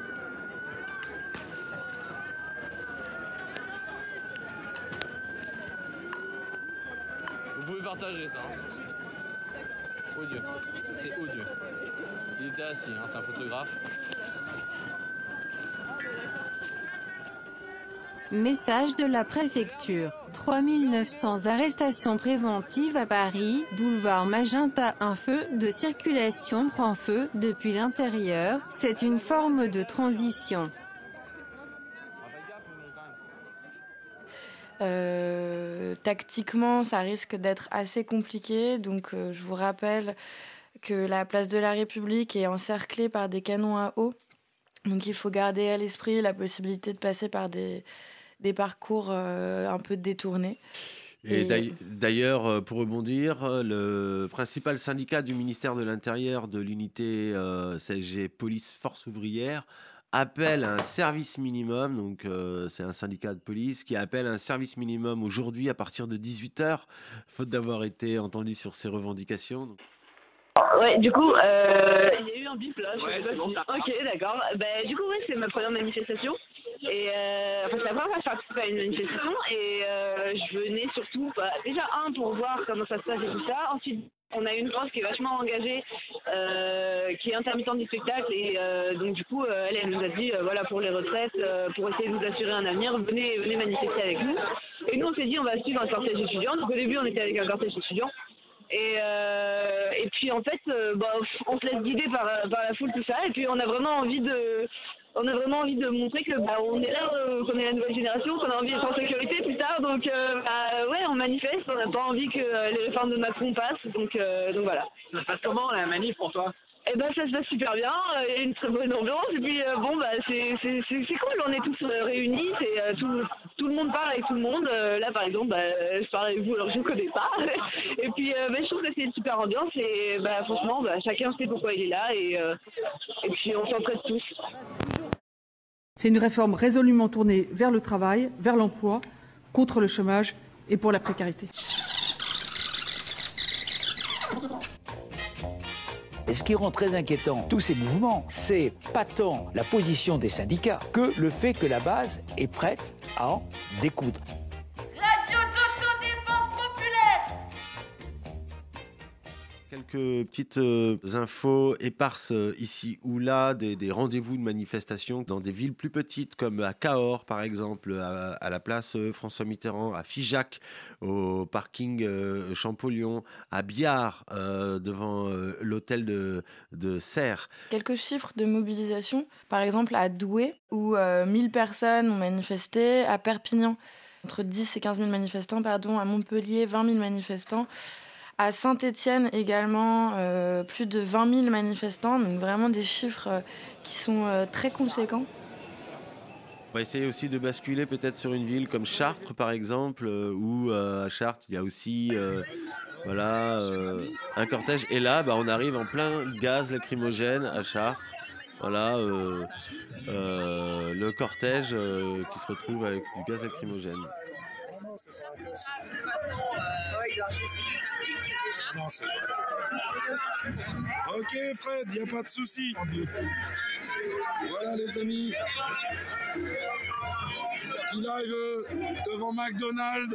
Vous pouvez partager ça. Odieux. C'est odieux. Il était assis, hein, c'est un photographe. Message de la préfecture. 3900 arrestations préventives à Paris, boulevard Magenta. Un feu de circulation prend feu depuis l'intérieur. C'est une forme de transition. Tactiquement, ça risque d'être assez compliqué. Donc, je vous rappelle que la place de la République est encerclée par des canons à eau. Donc, il faut garder à l'esprit la possibilité de passer par des parcours un peu détournés. Et d'ailleurs, pour rebondir, le principal syndicat du ministère de l'Intérieur de l'unité CSG Police Force Ouvrière appelle à un service minimum, donc c'est un syndicat de police qui appelle à un service minimum aujourd'hui à partir de 18h, faute d'avoir été entendu sur ces revendications. Donc. Ouais, du coup, il y a eu un bip là. Ok, d'accord. Du coup, ouais, c'est ma première manifestation. Et c'est la première fois que je participe à une manifestation. Et je venais surtout, déjà pour voir comment ça se passe et tout ça. Ensuite, on a une boss qui est vachement engagée, qui est intermittente du spectacle. Et donc, du coup, elle nous a dit, voilà, pour les retraites, pour essayer de nous assurer un avenir, venez manifester avec nous. Et nous, on s'est dit, on va suivre un cortège étudiant. Donc, au début, on était avec un cortège étudiant. Et puis en fait, on se laisse guider par la foule, tout ça, et puis on a vraiment envie de montrer que on est là, qu'on est la nouvelle génération, qu'on a envie d'être en sécurité plus tard, donc ouais, on manifeste, on n'a pas envie que les réformes de Macron passent, donc voilà. Ça se passe comment la manif pour toi? Eh ben ça se passe super bien, il y a une très bonne ambiance et puis c'est cool, on est tous réunis, tout le monde parle avec tout le monde, là par exemple je parle avec vous alors que je ne connais pas et puis je trouve que c'est une super ambiance et franchement chacun sait pourquoi il est là et puis on s'entraide tous. C'est une réforme résolument tournée vers le travail, vers l'emploi, contre le chômage et pour la précarité. Et ce qui rend très inquiétant tous ces mouvements, c'est pas tant la position des syndicats que le fait que la base est prête à en découdre. Radio d'autodéfense populaire. Quelques petites infos éparses ici ou là, des rendez-vous de manifestation dans des villes plus petites comme à Cahors par exemple, à la place François Mitterrand, à Figeac, au parking Champollion, à Biard, devant l'hôtel de Serres. Quelques chiffres de mobilisation, par exemple à Douai, où 1000 personnes ont manifesté, à Perpignan, entre 10 et 15 000 manifestants, à Montpellier, 20 000 manifestants. À Saint-Étienne également, plus de 20 000 manifestants, donc vraiment des chiffres qui sont très conséquents. On va essayer aussi de basculer peut-être sur une ville comme Chartres par exemple, où à Chartres il y a aussi un cortège. Et là, on arrive en plein gaz lacrymogène à Chartres. Voilà, le cortège qui se retrouve avec du gaz lacrymogène. Ok Fred, y a pas de souci. Voilà les amis. Petit live devant McDonald's.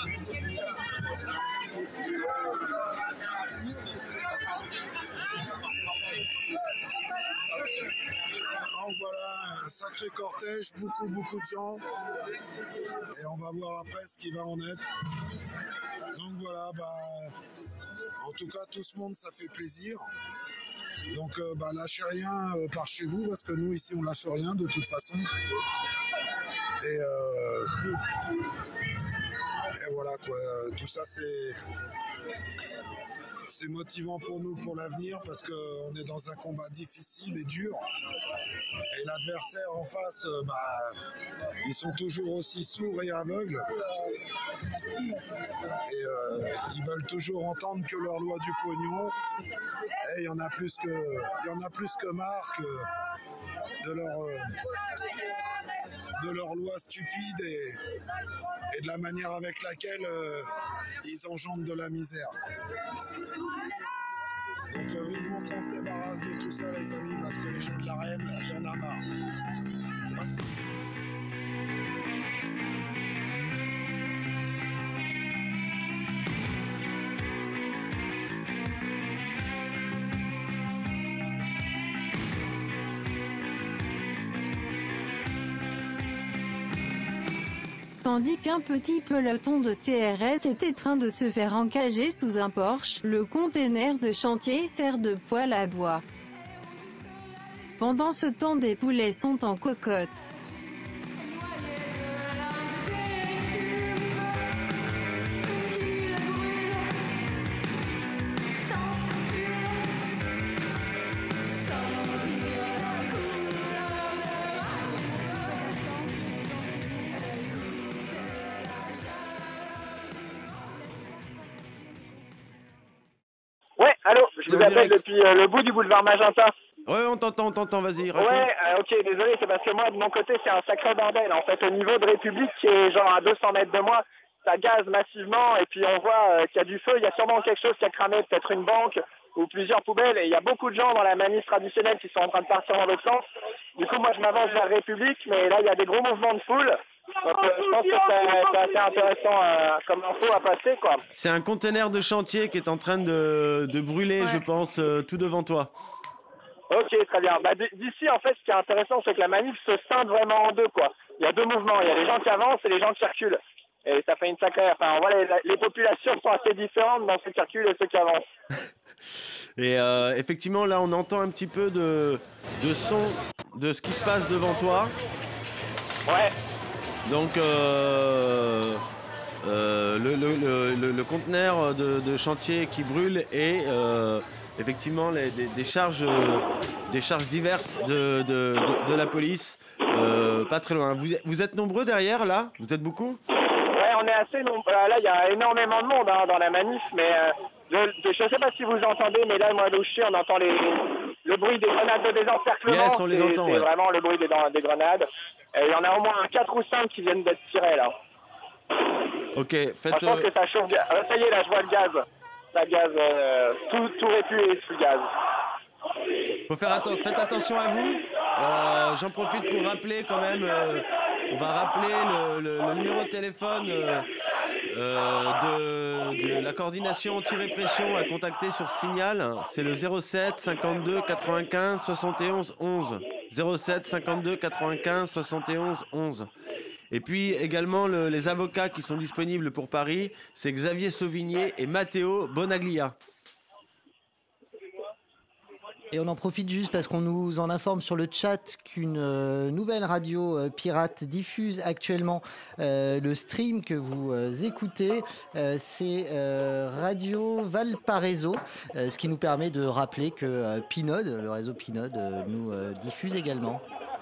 Donc voilà, un sacré cortège, beaucoup de gens. Et on va voir après ce qui va en être. Donc voilà, en tout cas tout ce monde ça fait plaisir. Donc lâchez rien par chez vous parce que nous ici on lâche rien de toute façon. Et voilà quoi, tout ça c'est motivant pour nous pour l'avenir parce qu'on est dans un combat difficile et dur. Et l'adversaire en face, ils sont toujours aussi sourds et aveugles. Et ils veulent toujours entendre que leur loi du pognon. Et il y en a plus que marre de leur loi stupide et de la manière avec laquelle ils engendrent de la misère. Donc vivement qu'on se débarrasse de tout ça les amis, parce que les gens de la Reine, il y en a marre. Tandis qu'un petit peloton de CRS était en train de se faire encager sous un Porsche, le container de chantier sert de poêle à bois. Pendant ce temps, des poulets sont en cocotte. Ouais, allô, je vous appelle depuis le bout du boulevard Magenta. Ouais, on t'entend, vas-y, raconte. Ouais, ok, désolé, c'est parce que moi, de mon côté, c'est un sacré bordel. En fait, au niveau de République, qui est genre à 200 mètres de moi, ça gaze massivement, et puis on voit qu'il y a du feu, il y a sûrement quelque chose qui a cramé, peut-être une banque, ou plusieurs poubelles, et il y a beaucoup de gens dans la manif traditionnelle qui sont en train de partir dans l'autre sens. Du coup, moi, je m'avance vers République, mais là, il y a des gros mouvements de foule. Donc, je pense que c'est assez intéressant comme info à passer, quoi. C'est un conteneur de chantier qui est en train de brûler, je pense, tout devant toi. Ok, très bien. D'ici, en fait, ce qui est intéressant, c'est que la manif se scinde vraiment en deux, quoi. Il y a deux mouvements. Il y a les gens qui avancent et les gens qui reculent. Et ça fait une sacrée... Enfin, on voit les populations sont assez différentes dans ceux qui reculent et ceux qui avancent. Et effectivement, là, on entend un petit peu de son de ce qui se passe devant toi. Ouais. Donc, le conteneur de chantier qui brûle et effectivement des charges diverses de la police, pas très loin. Vous êtes nombreux derrière, là? Vous êtes beaucoup? Ouais, on est assez nombreux. Là, il y a énormément de monde dans la manif, mais je ne sais pas si vous entendez, mais là, moi, où je suis, on entend le bruit des grenades de désencerclement. Yes, on les entend, C'est vraiment le bruit des grenades. Et il y en a au moins 4 ou 5 qui viennent d'être tirés, là. Ok, faites... Je pense que ça chauffe. Ça y est, là, je vois le gaz. Ça gaze, tout répué sous le gaz. Faites attention à vous. J'en profite pour rappeler quand même, on va rappeler le numéro de téléphone de la coordination anti-répression à contacter sur Signal. C'est le 07 52 95 71 11. 07 52 95 71 11. Et puis également les avocats qui sont disponibles pour Paris, c'est Xavier Sauvigné et Matteo Bonaglia. Et on en profite juste parce qu'on nous en informe sur le chat qu'une nouvelle radio pirate diffuse actuellement le stream que vous écoutez. C'est Radio Valparaiso, ce qui nous permet de rappeler que Pinode, le réseau Pinode, nous diffuse également.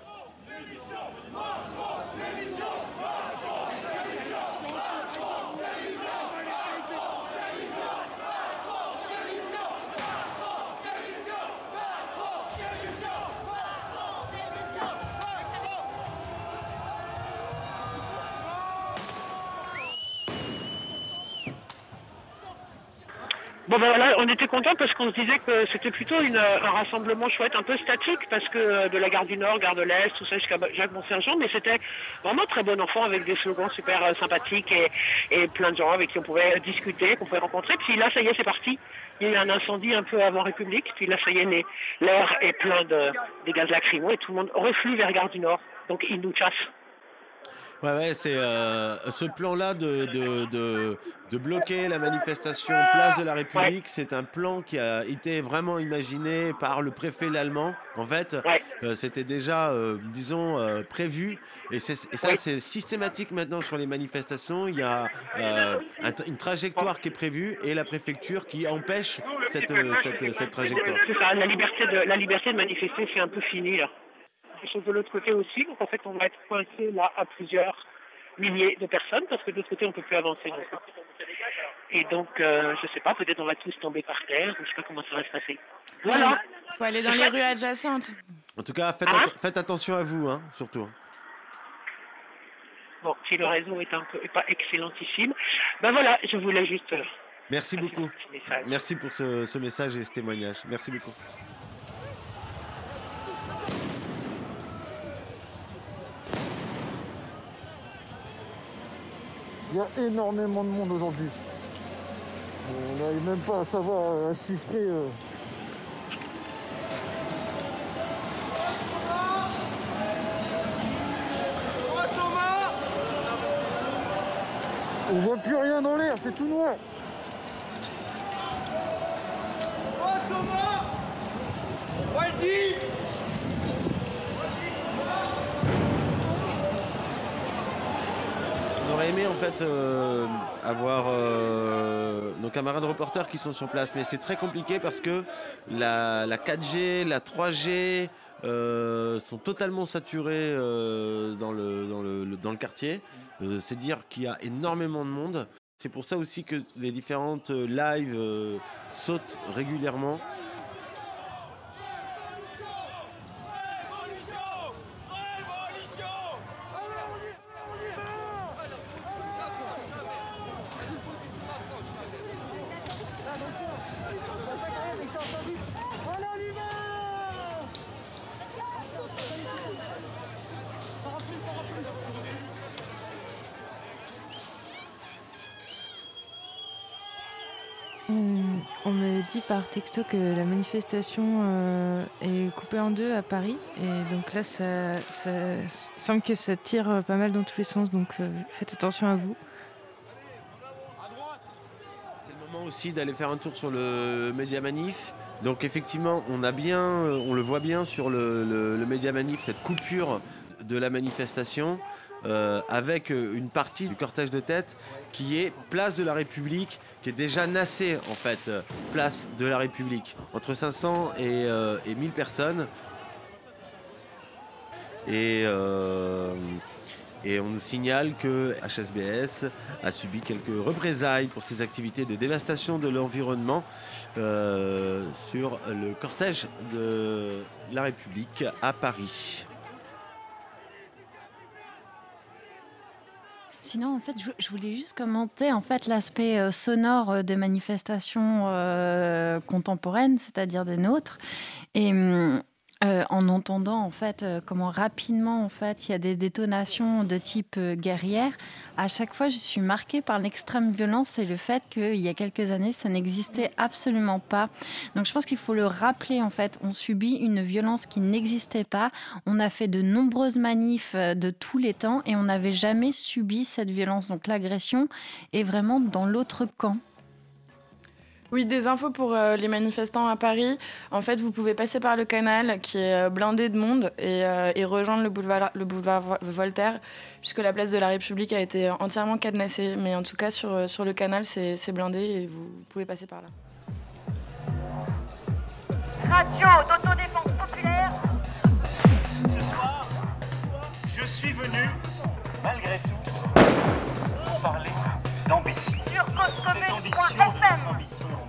Bon ben voilà, on était contents parce qu'on se disait que c'était plutôt un rassemblement chouette, un peu statique, parce que de la gare du Nord, gare de l'Est, tout ça jusqu'à Jacques-Mont-Saint-Jean, mais c'était vraiment très bon enfant avec des slogans super sympathiques et plein de gens avec qui on pouvait discuter, qu'on pouvait rencontrer. Puis là, ça y est, c'est parti. Il y a eu un incendie un peu avant République, puis là, ça y est, l'air est plein des gaz lacrymaux et tout le monde reflue vers gare du Nord. Donc ils nous chassent. Ouais, c'est ce plan-là de bloquer la manifestation Place de la République, c'est un plan qui a été vraiment imaginé par le préfet l'Allemand. En fait, c'était déjà, disons, prévu. Et ça, c'est systématique maintenant sur les manifestations. Il y a une trajectoire qui est prévue et la préfecture qui empêche cette trajectoire. C'est ça, la liberté de manifester, c'est un peu fini là. Ils sont de l'autre côté aussi, donc en fait on va être coincé là à plusieurs milliers de personnes parce que de l'autre côté on ne peut plus avancer. Et donc je sais pas, peut-être on va tous tomber par terre, je sais pas comment ça va se passer. Voilà. Faut aller dans les rues adjacentes. En tout cas, faites attention à vous, hein, surtout. Bon, si le réseau est pas excellentissime, ben voilà, je voulais juste. Merci beaucoup. Merci pour ce message et ce témoignage. Merci beaucoup. Il y a énormément de monde aujourd'hui. On n'arrive même pas à savoir à chiffrer. On voit plus rien dans l'air, c'est tout noir. Oh Thomas! Waldy! On aurait aimé en fait avoir nos camarades reporters qui sont sur place, mais c'est très compliqué parce que la 4G, la 3G sont totalement saturés dans le quartier. C'est dire qu'il y a énormément de monde. C'est pour ça aussi que les différentes lives sautent régulièrement. On me dit par texto que la manifestation est coupée en deux à Paris. Et donc là, ça semble que ça tire pas mal dans tous les sens. Donc faites attention à vous. C'est le moment aussi d'aller faire un tour sur le Média Manif. Donc effectivement, on le voit bien sur le Média Manif, cette coupure de la manifestation. Avec une partie du cortège de tête qui est Place de la République, qui est déjà nassée en fait, Place de la République, entre 500 et 1000 personnes. Et on nous signale que HSBS a subi quelques représailles pour ses activités de dévastation de l'environnement sur le cortège de la République à Paris. Sinon, en fait, je voulais juste commenter en fait l'aspect sonore des manifestations contemporaines, c'est-à-dire des nôtres, et en entendant en fait comment rapidement en fait il y a des détonations de type guerrière. À chaque fois, je suis marquée par l'extrême violence et le fait qu'il y a quelques années, ça n'existait absolument pas. Donc, je pense qu'il faut le rappeler en fait. On subit une violence qui n'existait pas. On a fait de nombreuses manifs de tous les temps et on n'avait jamais subi cette violence. Donc, l'agression est vraiment dans l'autre camp. Oui, des infos pour les manifestants à Paris. En fait, vous pouvez passer par le canal qui est blindé de monde et rejoindre le boulevard Voltaire, puisque la place de la République a été entièrement cadenassée. Mais en tout cas, sur le canal, c'est blindé et vous pouvez passer par là. Radio d'autodéfense populaire. Ce soir, je suis venu, malgré tout, pour parler d'ambition. Sur causecommune.fm.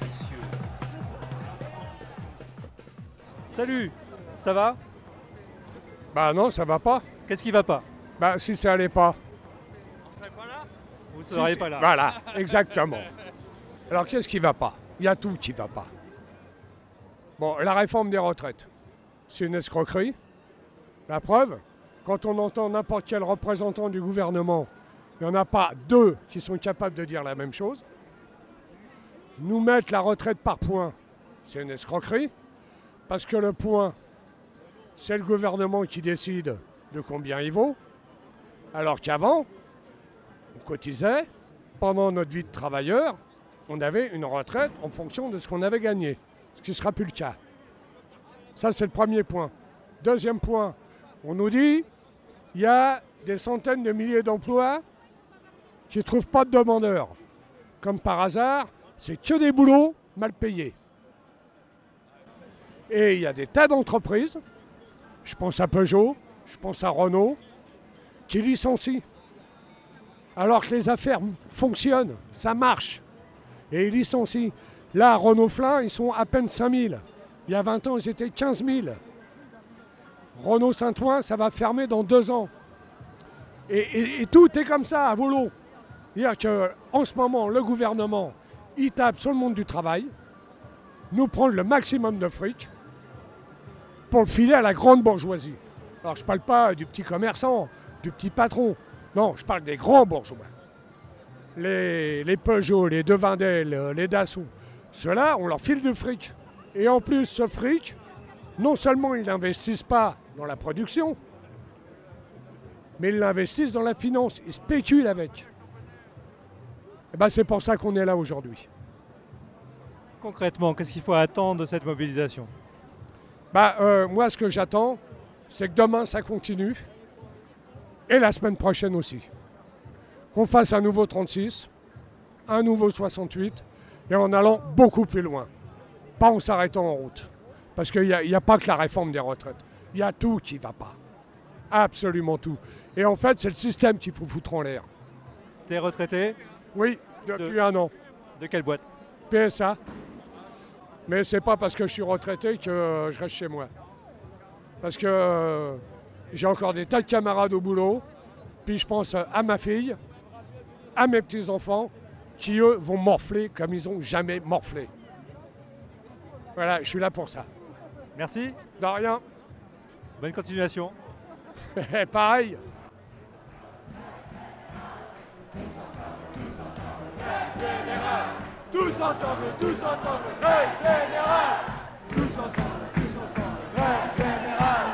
Salut, ça va? Bah non, ça va pas. Qu'est-ce qui va pas? Bah si ça allait pas. Vous ne seriez pas là. Voilà, exactement. Alors qu'est-ce qui va pas? Il y a tout qui va pas. Bon, la réforme des retraites, c'est une escroquerie. La preuve, quand on entend n'importe quel représentant du gouvernement, il n'y en a pas deux qui sont capables de dire la même chose. Nous mettre la retraite par points, c'est une escroquerie. Parce que le point, c'est le gouvernement qui décide de combien il vaut. Alors qu'avant, on cotisait, pendant notre vie de travailleur, on avait une retraite en fonction de ce qu'on avait gagné, ce qui ne sera plus le cas. Ça, c'est le premier point. Deuxième point, on nous dit il y a des centaines de milliers d'emplois qui ne trouvent pas de demandeurs. Comme par hasard, c'est que des boulots mal payés. Et il y a des tas d'entreprises, je pense à Peugeot, je pense à Renault, qui licencient. Alors que les affaires fonctionnent, ça marche. Et ils licencient. Là, à Renault-Flin, ils sont à peine 5000. Il y a 20 ans, ils étaient 15 000. Renault-Saint-Ouen, ça va fermer dans 2 ans. Et tout est comme ça, à volo. C'est-à-dire qu'en ce moment, le gouvernement, il tape sur le monde du travail, nous prend le maximum de fric pour le filer à la grande bourgeoisie. Alors, je ne parle pas du petit commerçant, du petit patron. Non, je parle des grands bourgeois. Les Peugeot, les Devindel, les Dassault. Ceux-là, on leur file du fric. Et en plus, ce fric, non seulement ils n'investissent pas dans la production, mais ils l'investissent dans la finance. Ils spéculent avec. Et ben, c'est pour ça qu'on est là aujourd'hui. Concrètement, qu'est-ce qu'il faut attendre de cette mobilisation ? Moi, ce que j'attends, c'est que demain, ça continue. Et la semaine prochaine aussi. Qu'on fasse un nouveau 36, un nouveau 68, et en allant beaucoup plus loin. Pas en s'arrêtant en route. Parce qu'il n'y a pas que la réforme des retraites. Il y a tout qui ne va pas. Absolument tout. Et en fait, c'est le système qu'il faut foutre en l'air. T'es retraité ? Oui, depuis 1 an. De quelle boîte ? PSA. Mais c'est pas parce que je suis retraité que je reste chez moi. Parce que j'ai encore des tas de camarades au boulot. Puis je pense à ma fille, à mes petits-enfants, qui eux vont morfler comme ils n'ont jamais morflé. Voilà, je suis là pour ça. Merci. De rien. Bonne continuation. Pareil. Tous ensemble, grève générale. Tous ensemble, grève générale.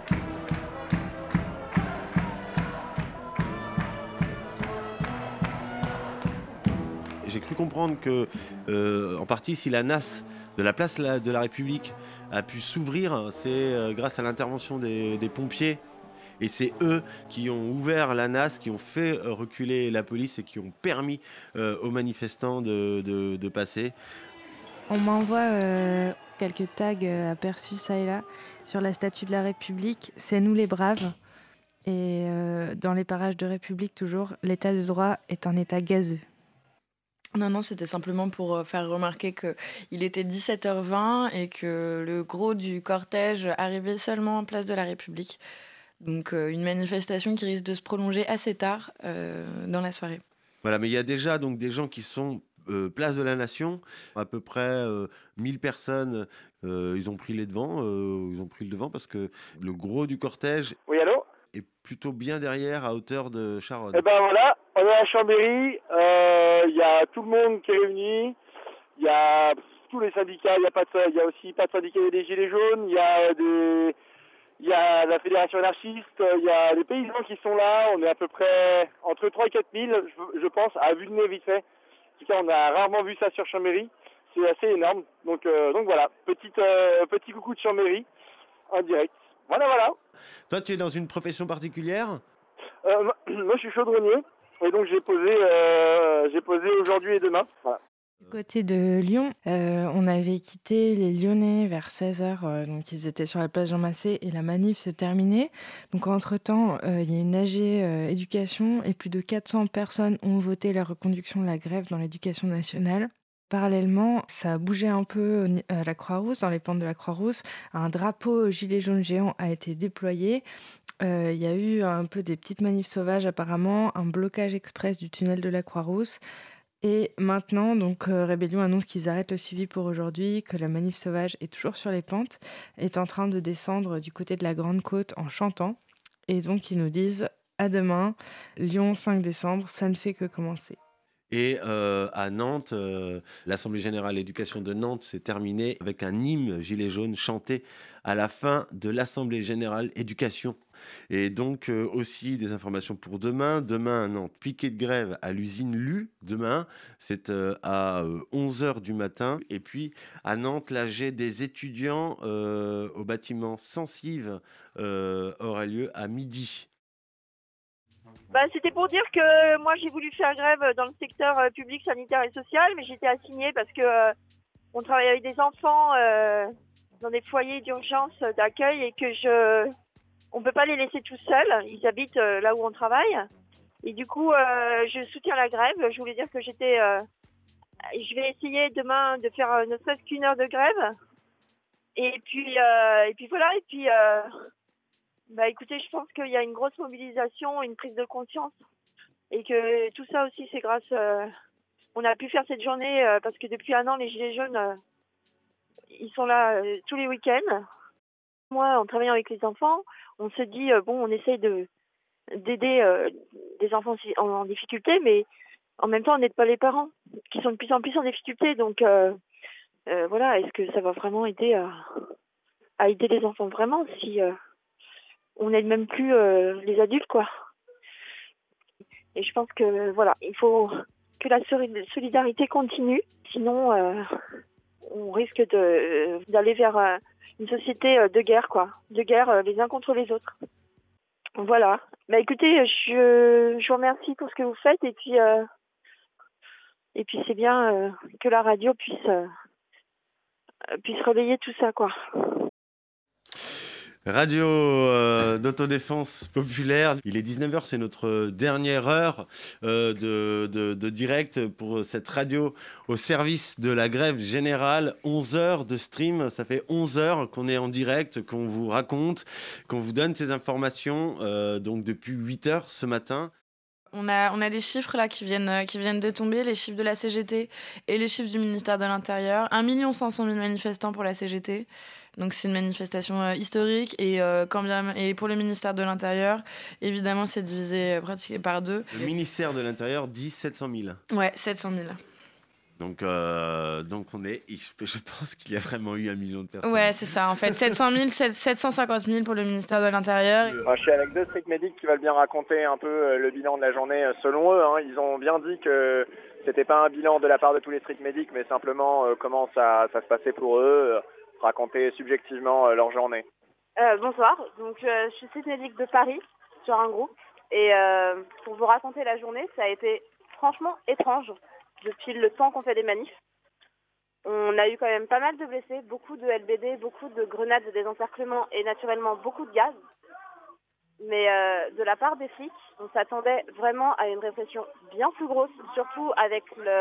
J'ai cru comprendre que, en partie, si la NAS de la place de la République a pu s'ouvrir, c'est grâce à l'intervention des pompiers. Et c'est eux qui ont ouvert la NAS, qui ont fait reculer la police et qui ont permis aux manifestants de passer. On m'envoie quelques tags aperçus ça et là sur la statue de la République. C'est nous les braves. Et dans les parages de République, toujours, l'état de droit est un état gazeux. Non, c'était simplement pour faire remarquer qu'il était 17h20 et que le gros du cortège arrivait seulement en place de la République. Donc une manifestation qui risque de se prolonger assez tard dans la soirée. Voilà, mais il y a déjà donc, des gens qui sont place de la Nation, à peu près 1000 personnes, ils ont pris le devant parce que le gros du cortège Oui, allô ? est plutôt bien derrière, à hauteur de Charonne. Eh ben voilà, on est à Chambéry, il y a tout le monde qui est réuni, il y a tous les syndicats, il y a aussi pas de syndicats des Gilets jaunes, il y a la Fédération anarchiste, il y a les paysans qui sont là, on est à peu près entre 3 et 4 000, je pense, à vue de nez vite fait. En tout cas, on a rarement vu ça sur Chambéry, c'est assez énorme. Donc voilà, petit coucou de Chambéry, en direct. Voilà. Toi, tu es dans une profession particulière ? Moi, je suis chaudronnier, et donc j'ai posé aujourd'hui et demain. Voilà. Du côté de Lyon, on avait quitté les Lyonnais vers 16h, donc ils étaient sur la place Jean Massé et la manif se terminait. Donc entre-temps, il y a une AG éducation et plus de 400 personnes ont voté la reconduction de la grève dans l'éducation nationale. Parallèlement, ça a bougé un peu à la Croix-Rousse, dans les pentes de la Croix-Rousse. Un drapeau gilet jaune géant a été déployé. Il y a eu un peu des petites manifs sauvages apparemment, un blocage express du tunnel de la Croix-Rousse. Et maintenant, donc, Rébellion annonce qu'ils arrêtent le suivi pour aujourd'hui, que la manif sauvage est toujours sur les pentes, est en train de descendre du côté de la Grande Côte en chantant. Et donc, ils nous disent à demain, Lyon 5 décembre, ça ne fait que commencer. Et à Nantes, l'Assemblée générale éducation de Nantes s'est terminée avec un hymne gilet jaune chanté à la fin de l'Assemblée générale éducation. Et donc aussi des informations pour demain. Demain à Nantes, piquet de grève à l'usine LU. Demain, c'est à 11h du matin. Et puis à Nantes, l'AG des étudiants au bâtiment Sensive aura lieu à midi. Bah, c'était pour dire que moi j'ai voulu faire grève dans le secteur public, sanitaire et social, mais j'étais assignée parce que on travaille avec des enfants dans des foyers d'urgence d'accueil et que on peut pas les laisser tout seuls. Ils habitent là où on travaille. Et du coup, je soutiens la grève. Je voulais dire que je vais essayer demain de faire ne serait-ce qu'une heure de grève. Et puis voilà. Et puis, bah écoutez, je pense qu'il y a une grosse mobilisation, une prise de conscience. Et que tout ça aussi, c'est grâce... on a pu faire cette journée parce que depuis un an, les Gilets jaunes, ils sont là tous les week-ends. Moi, en travaillant avec les enfants, on se dit, on essaye d'aider des enfants en difficulté, mais en même temps, on n'aide pas les parents, qui sont de plus en plus en difficulté. Donc, voilà, est-ce que ça va vraiment aider à aider les enfants vraiment si on n'aide même plus les adultes, quoi. Et je pense que, voilà, il faut que la solidarité continue, sinon on risque d'aller vers une société de guerre, quoi. De guerre les uns contre les autres. Voilà. Bah écoutez, je vous remercie pour ce que vous faites et puis c'est bien que la radio puisse relayer tout ça, quoi. Radio d'autodéfense populaire. Il est 19h, c'est notre dernière heure de direct pour cette radio au service de la grève générale. 11 heures de stream, ça fait 11 heures qu'on est en direct, qu'on vous raconte, qu'on vous donne ces informations, donc depuis 8 heures ce matin. On a des chiffres là qui viennent de tomber, les chiffres de la CGT et les chiffres du ministère de l'Intérieur. 1 500 000 manifestants pour la CGT. Donc c'est une manifestation historique et pour le ministère de l'Intérieur, évidemment, c'est divisé pratiquement par 2. Le ministère de l'Intérieur dit 700 000. Ouais, 700 000. Donc je pense qu'il y a vraiment eu 1 million de personnes. Ouais, c'est ça, en fait. 700 000, 750 000 pour le ministère de l'Intérieur. Moi, je suis avec 2 strict médics qui veulent bien raconter un peu le bilan de la journée selon eux. Hein. Ils ont bien dit que c'était pas un bilan de la part de tous les strict médics, mais simplement comment ça se passait pour eux, raconter subjectivement leur journée. Bonsoir, donc je suis strict médic de Paris sur un groupe et pour vous raconter la journée, ça a été franchement étrange. Depuis le temps qu'on fait des manifs, on a eu quand même pas mal de blessés, beaucoup de LBD, beaucoup de grenades de désencerclement et naturellement beaucoup de gaz. Mais de la part des flics, on s'attendait vraiment à une répression bien plus grosse, surtout avec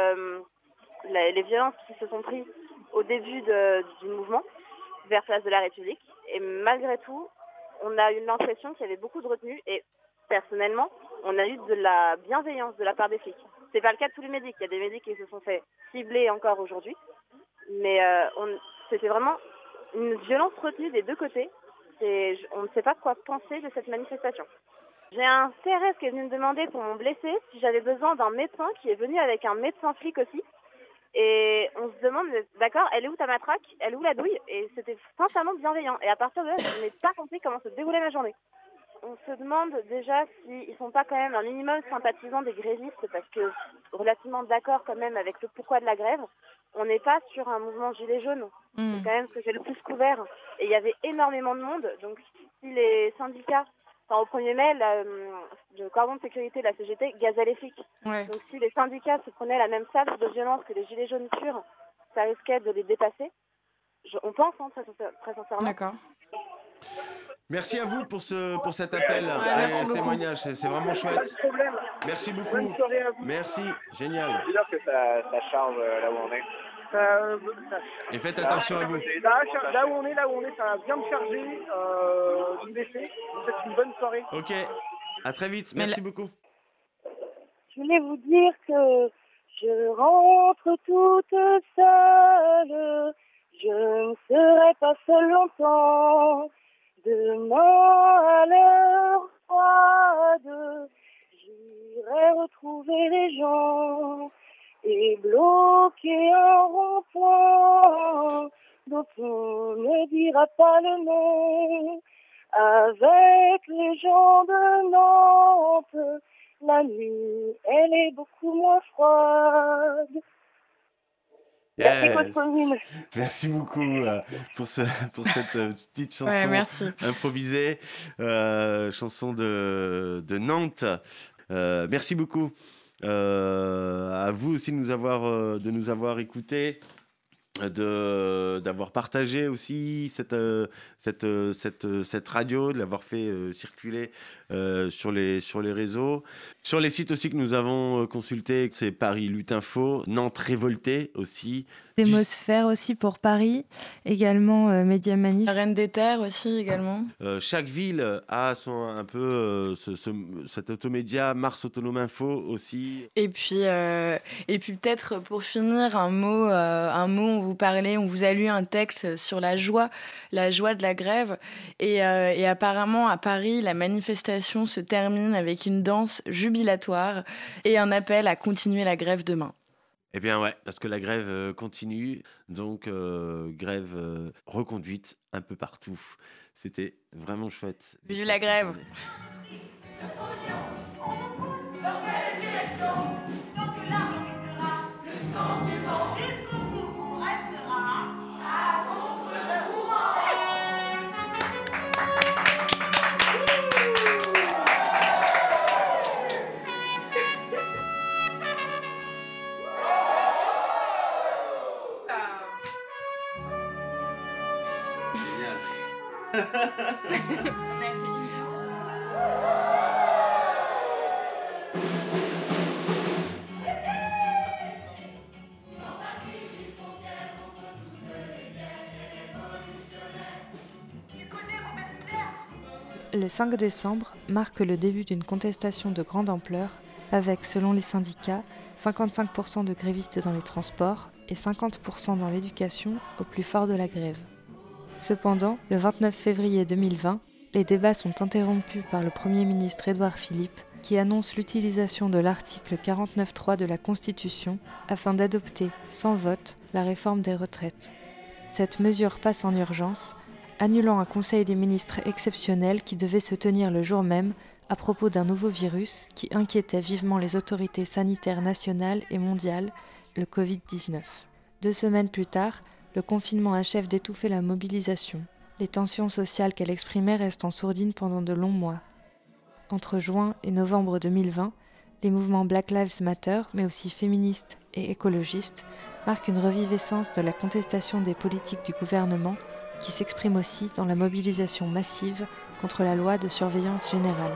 les violences qui se sont prises au début du mouvement vers Place de la République. Et malgré tout, on a eu l'impression qu'il y avait beaucoup de retenue et personnellement, on a eu de la bienveillance de la part des flics. C'est pas le cas de tous les médics. Il y a des médics qui se sont fait cibler encore aujourd'hui. Mais c'était vraiment une violence retenue des deux côtés. On ne sait pas quoi penser de cette manifestation. J'ai un CRS qui est venu me demander pour mon blessé si j'avais besoin d'un médecin qui est venu avec un médecin flic aussi. Et on se demande, d'accord, elle est où ta matraque? Elle est où la douille? Et c'était sincèrement bienveillant. Et à partir de là, je n'ai pas compris comment se déroulait ma journée. On se demande déjà s'ils ne sont pas quand même un minimum sympathisants des grévistes parce que relativement d'accord quand même avec le pourquoi de la grève. On n'est pas sur un mouvement gilet jaune. C'est quand même ce que j'ai le plus couvert. Et il y avait énormément de monde. Donc si les syndicats, au 1er mai, le cordon de sécurité de la CGT gazait les flics. Ouais. Donc si les syndicats se prenaient la même salve de violence que les gilets jaunes purs, ça risquait de les dépasser. On pense, très sincèrement. D'accord. Merci à vous pour cet appel et ce témoignage, c'est vraiment chouette. Merci beaucoup. Bonne soirée à vous. Merci, génial. C'est dire que ça charge là où on est. Et faites attention à vous. Là où on est, ça vient de charger du blessé. Vous faites une bonne soirée. Ok, à très vite, merci beaucoup. Je voulais vous dire que je rentre toute seule. Je ne serai pas seule longtemps. Demain à l'heure froide, j'irai retrouver les gens et bloquer un rond-point dont on ne dira pas le nom. Avec les gens de Nantes, la nuit, elle est beaucoup moins froide. Merci, Yes. Cause Commune. Merci beaucoup pour cette petite chanson Ouais, merci. improvisée, chanson de Nantes. Merci beaucoup à vous aussi de nous avoir écoutés, d'avoir partagé aussi cette radio, de l'avoir fait circuler sur les réseaux. Sur les sites aussi que nous avons consultés, c'est Paris Lutte Info, Nantes Révoltée aussi. Démosphère aussi pour Paris, également Média Manif. Reine des Terres aussi également. Chaque ville a cet automédia, Mars Autonome Info aussi. Et puis peut-être pour finir un mot, on vous a lu un texte sur la joie de la grève et apparemment à Paris la manifestation se termine avec une danse jubilatoire et un appel à continuer la grève demain. Eh bien ouais, parce que la grève continue, donc grève reconduite un peu partout. C'était vraiment chouette. Vive la grève! Le 5 décembre marque le début d'une contestation de grande ampleur avec, selon les syndicats, 55% de grévistes dans les transports et 50% dans l'éducation au plus fort de la grève. Cependant, le 29 février 2020, les débats sont interrompus par le Premier ministre Édouard Philippe qui annonce l'utilisation de l'article 49.3 de la Constitution afin d'adopter, sans vote, la réforme des retraites. Cette mesure passe en urgence, annulant un conseil des ministres exceptionnel qui devait se tenir le jour même à propos d'un nouveau virus qui inquiétait vivement les autorités sanitaires nationales et mondiales, le Covid-19. 2 semaines plus tard, le confinement achève d'étouffer la mobilisation. Les tensions sociales qu'elle exprimait restent en sourdine pendant de longs mois. Entre juin et novembre 2020, les mouvements Black Lives Matter, mais aussi féministes et écologistes, marquent une reviviscence de la contestation des politiques du gouvernement qui s'exprime aussi dans la mobilisation massive contre la loi de surveillance générale.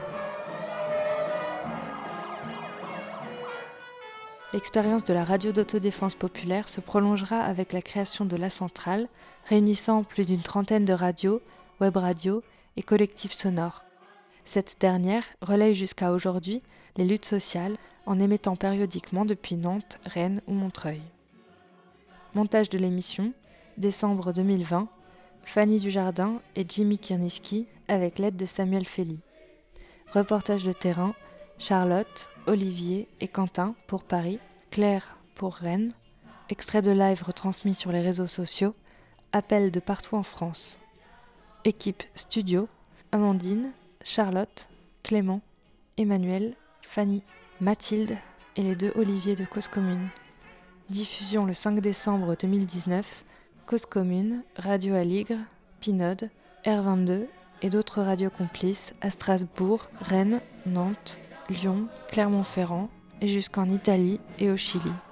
L'expérience de la radio d'autodéfense populaire se prolongera avec la création de La Centrale, réunissant plus d'une trentaine de radios, web radios et collectifs sonores. Cette dernière relaye jusqu'à aujourd'hui les luttes sociales en émettant périodiquement depuis Nantes, Rennes ou Montreuil. Montage de l'émission, décembre 2020, Fanny Dujardin et Jimmy Kierniski avec l'aide de Samuel Fely. Reportage de terrain, Charlotte, Olivier et Quentin pour Paris, Claire pour Rennes, extrait de live retransmis sur les réseaux sociaux, appel de partout en France. Équipe studio, Amandine, Charlotte, Clément, Emmanuel, Fanny, Mathilde et les 2 Olivier de Cause Commune. Diffusion le 5 décembre 2019, Cause Commune, Radio Aligre, Pinode, R22 et d'autres radios complices à Strasbourg, Rennes, Nantes, Lyon, Clermont-Ferrand et jusqu'en Italie et au Chili.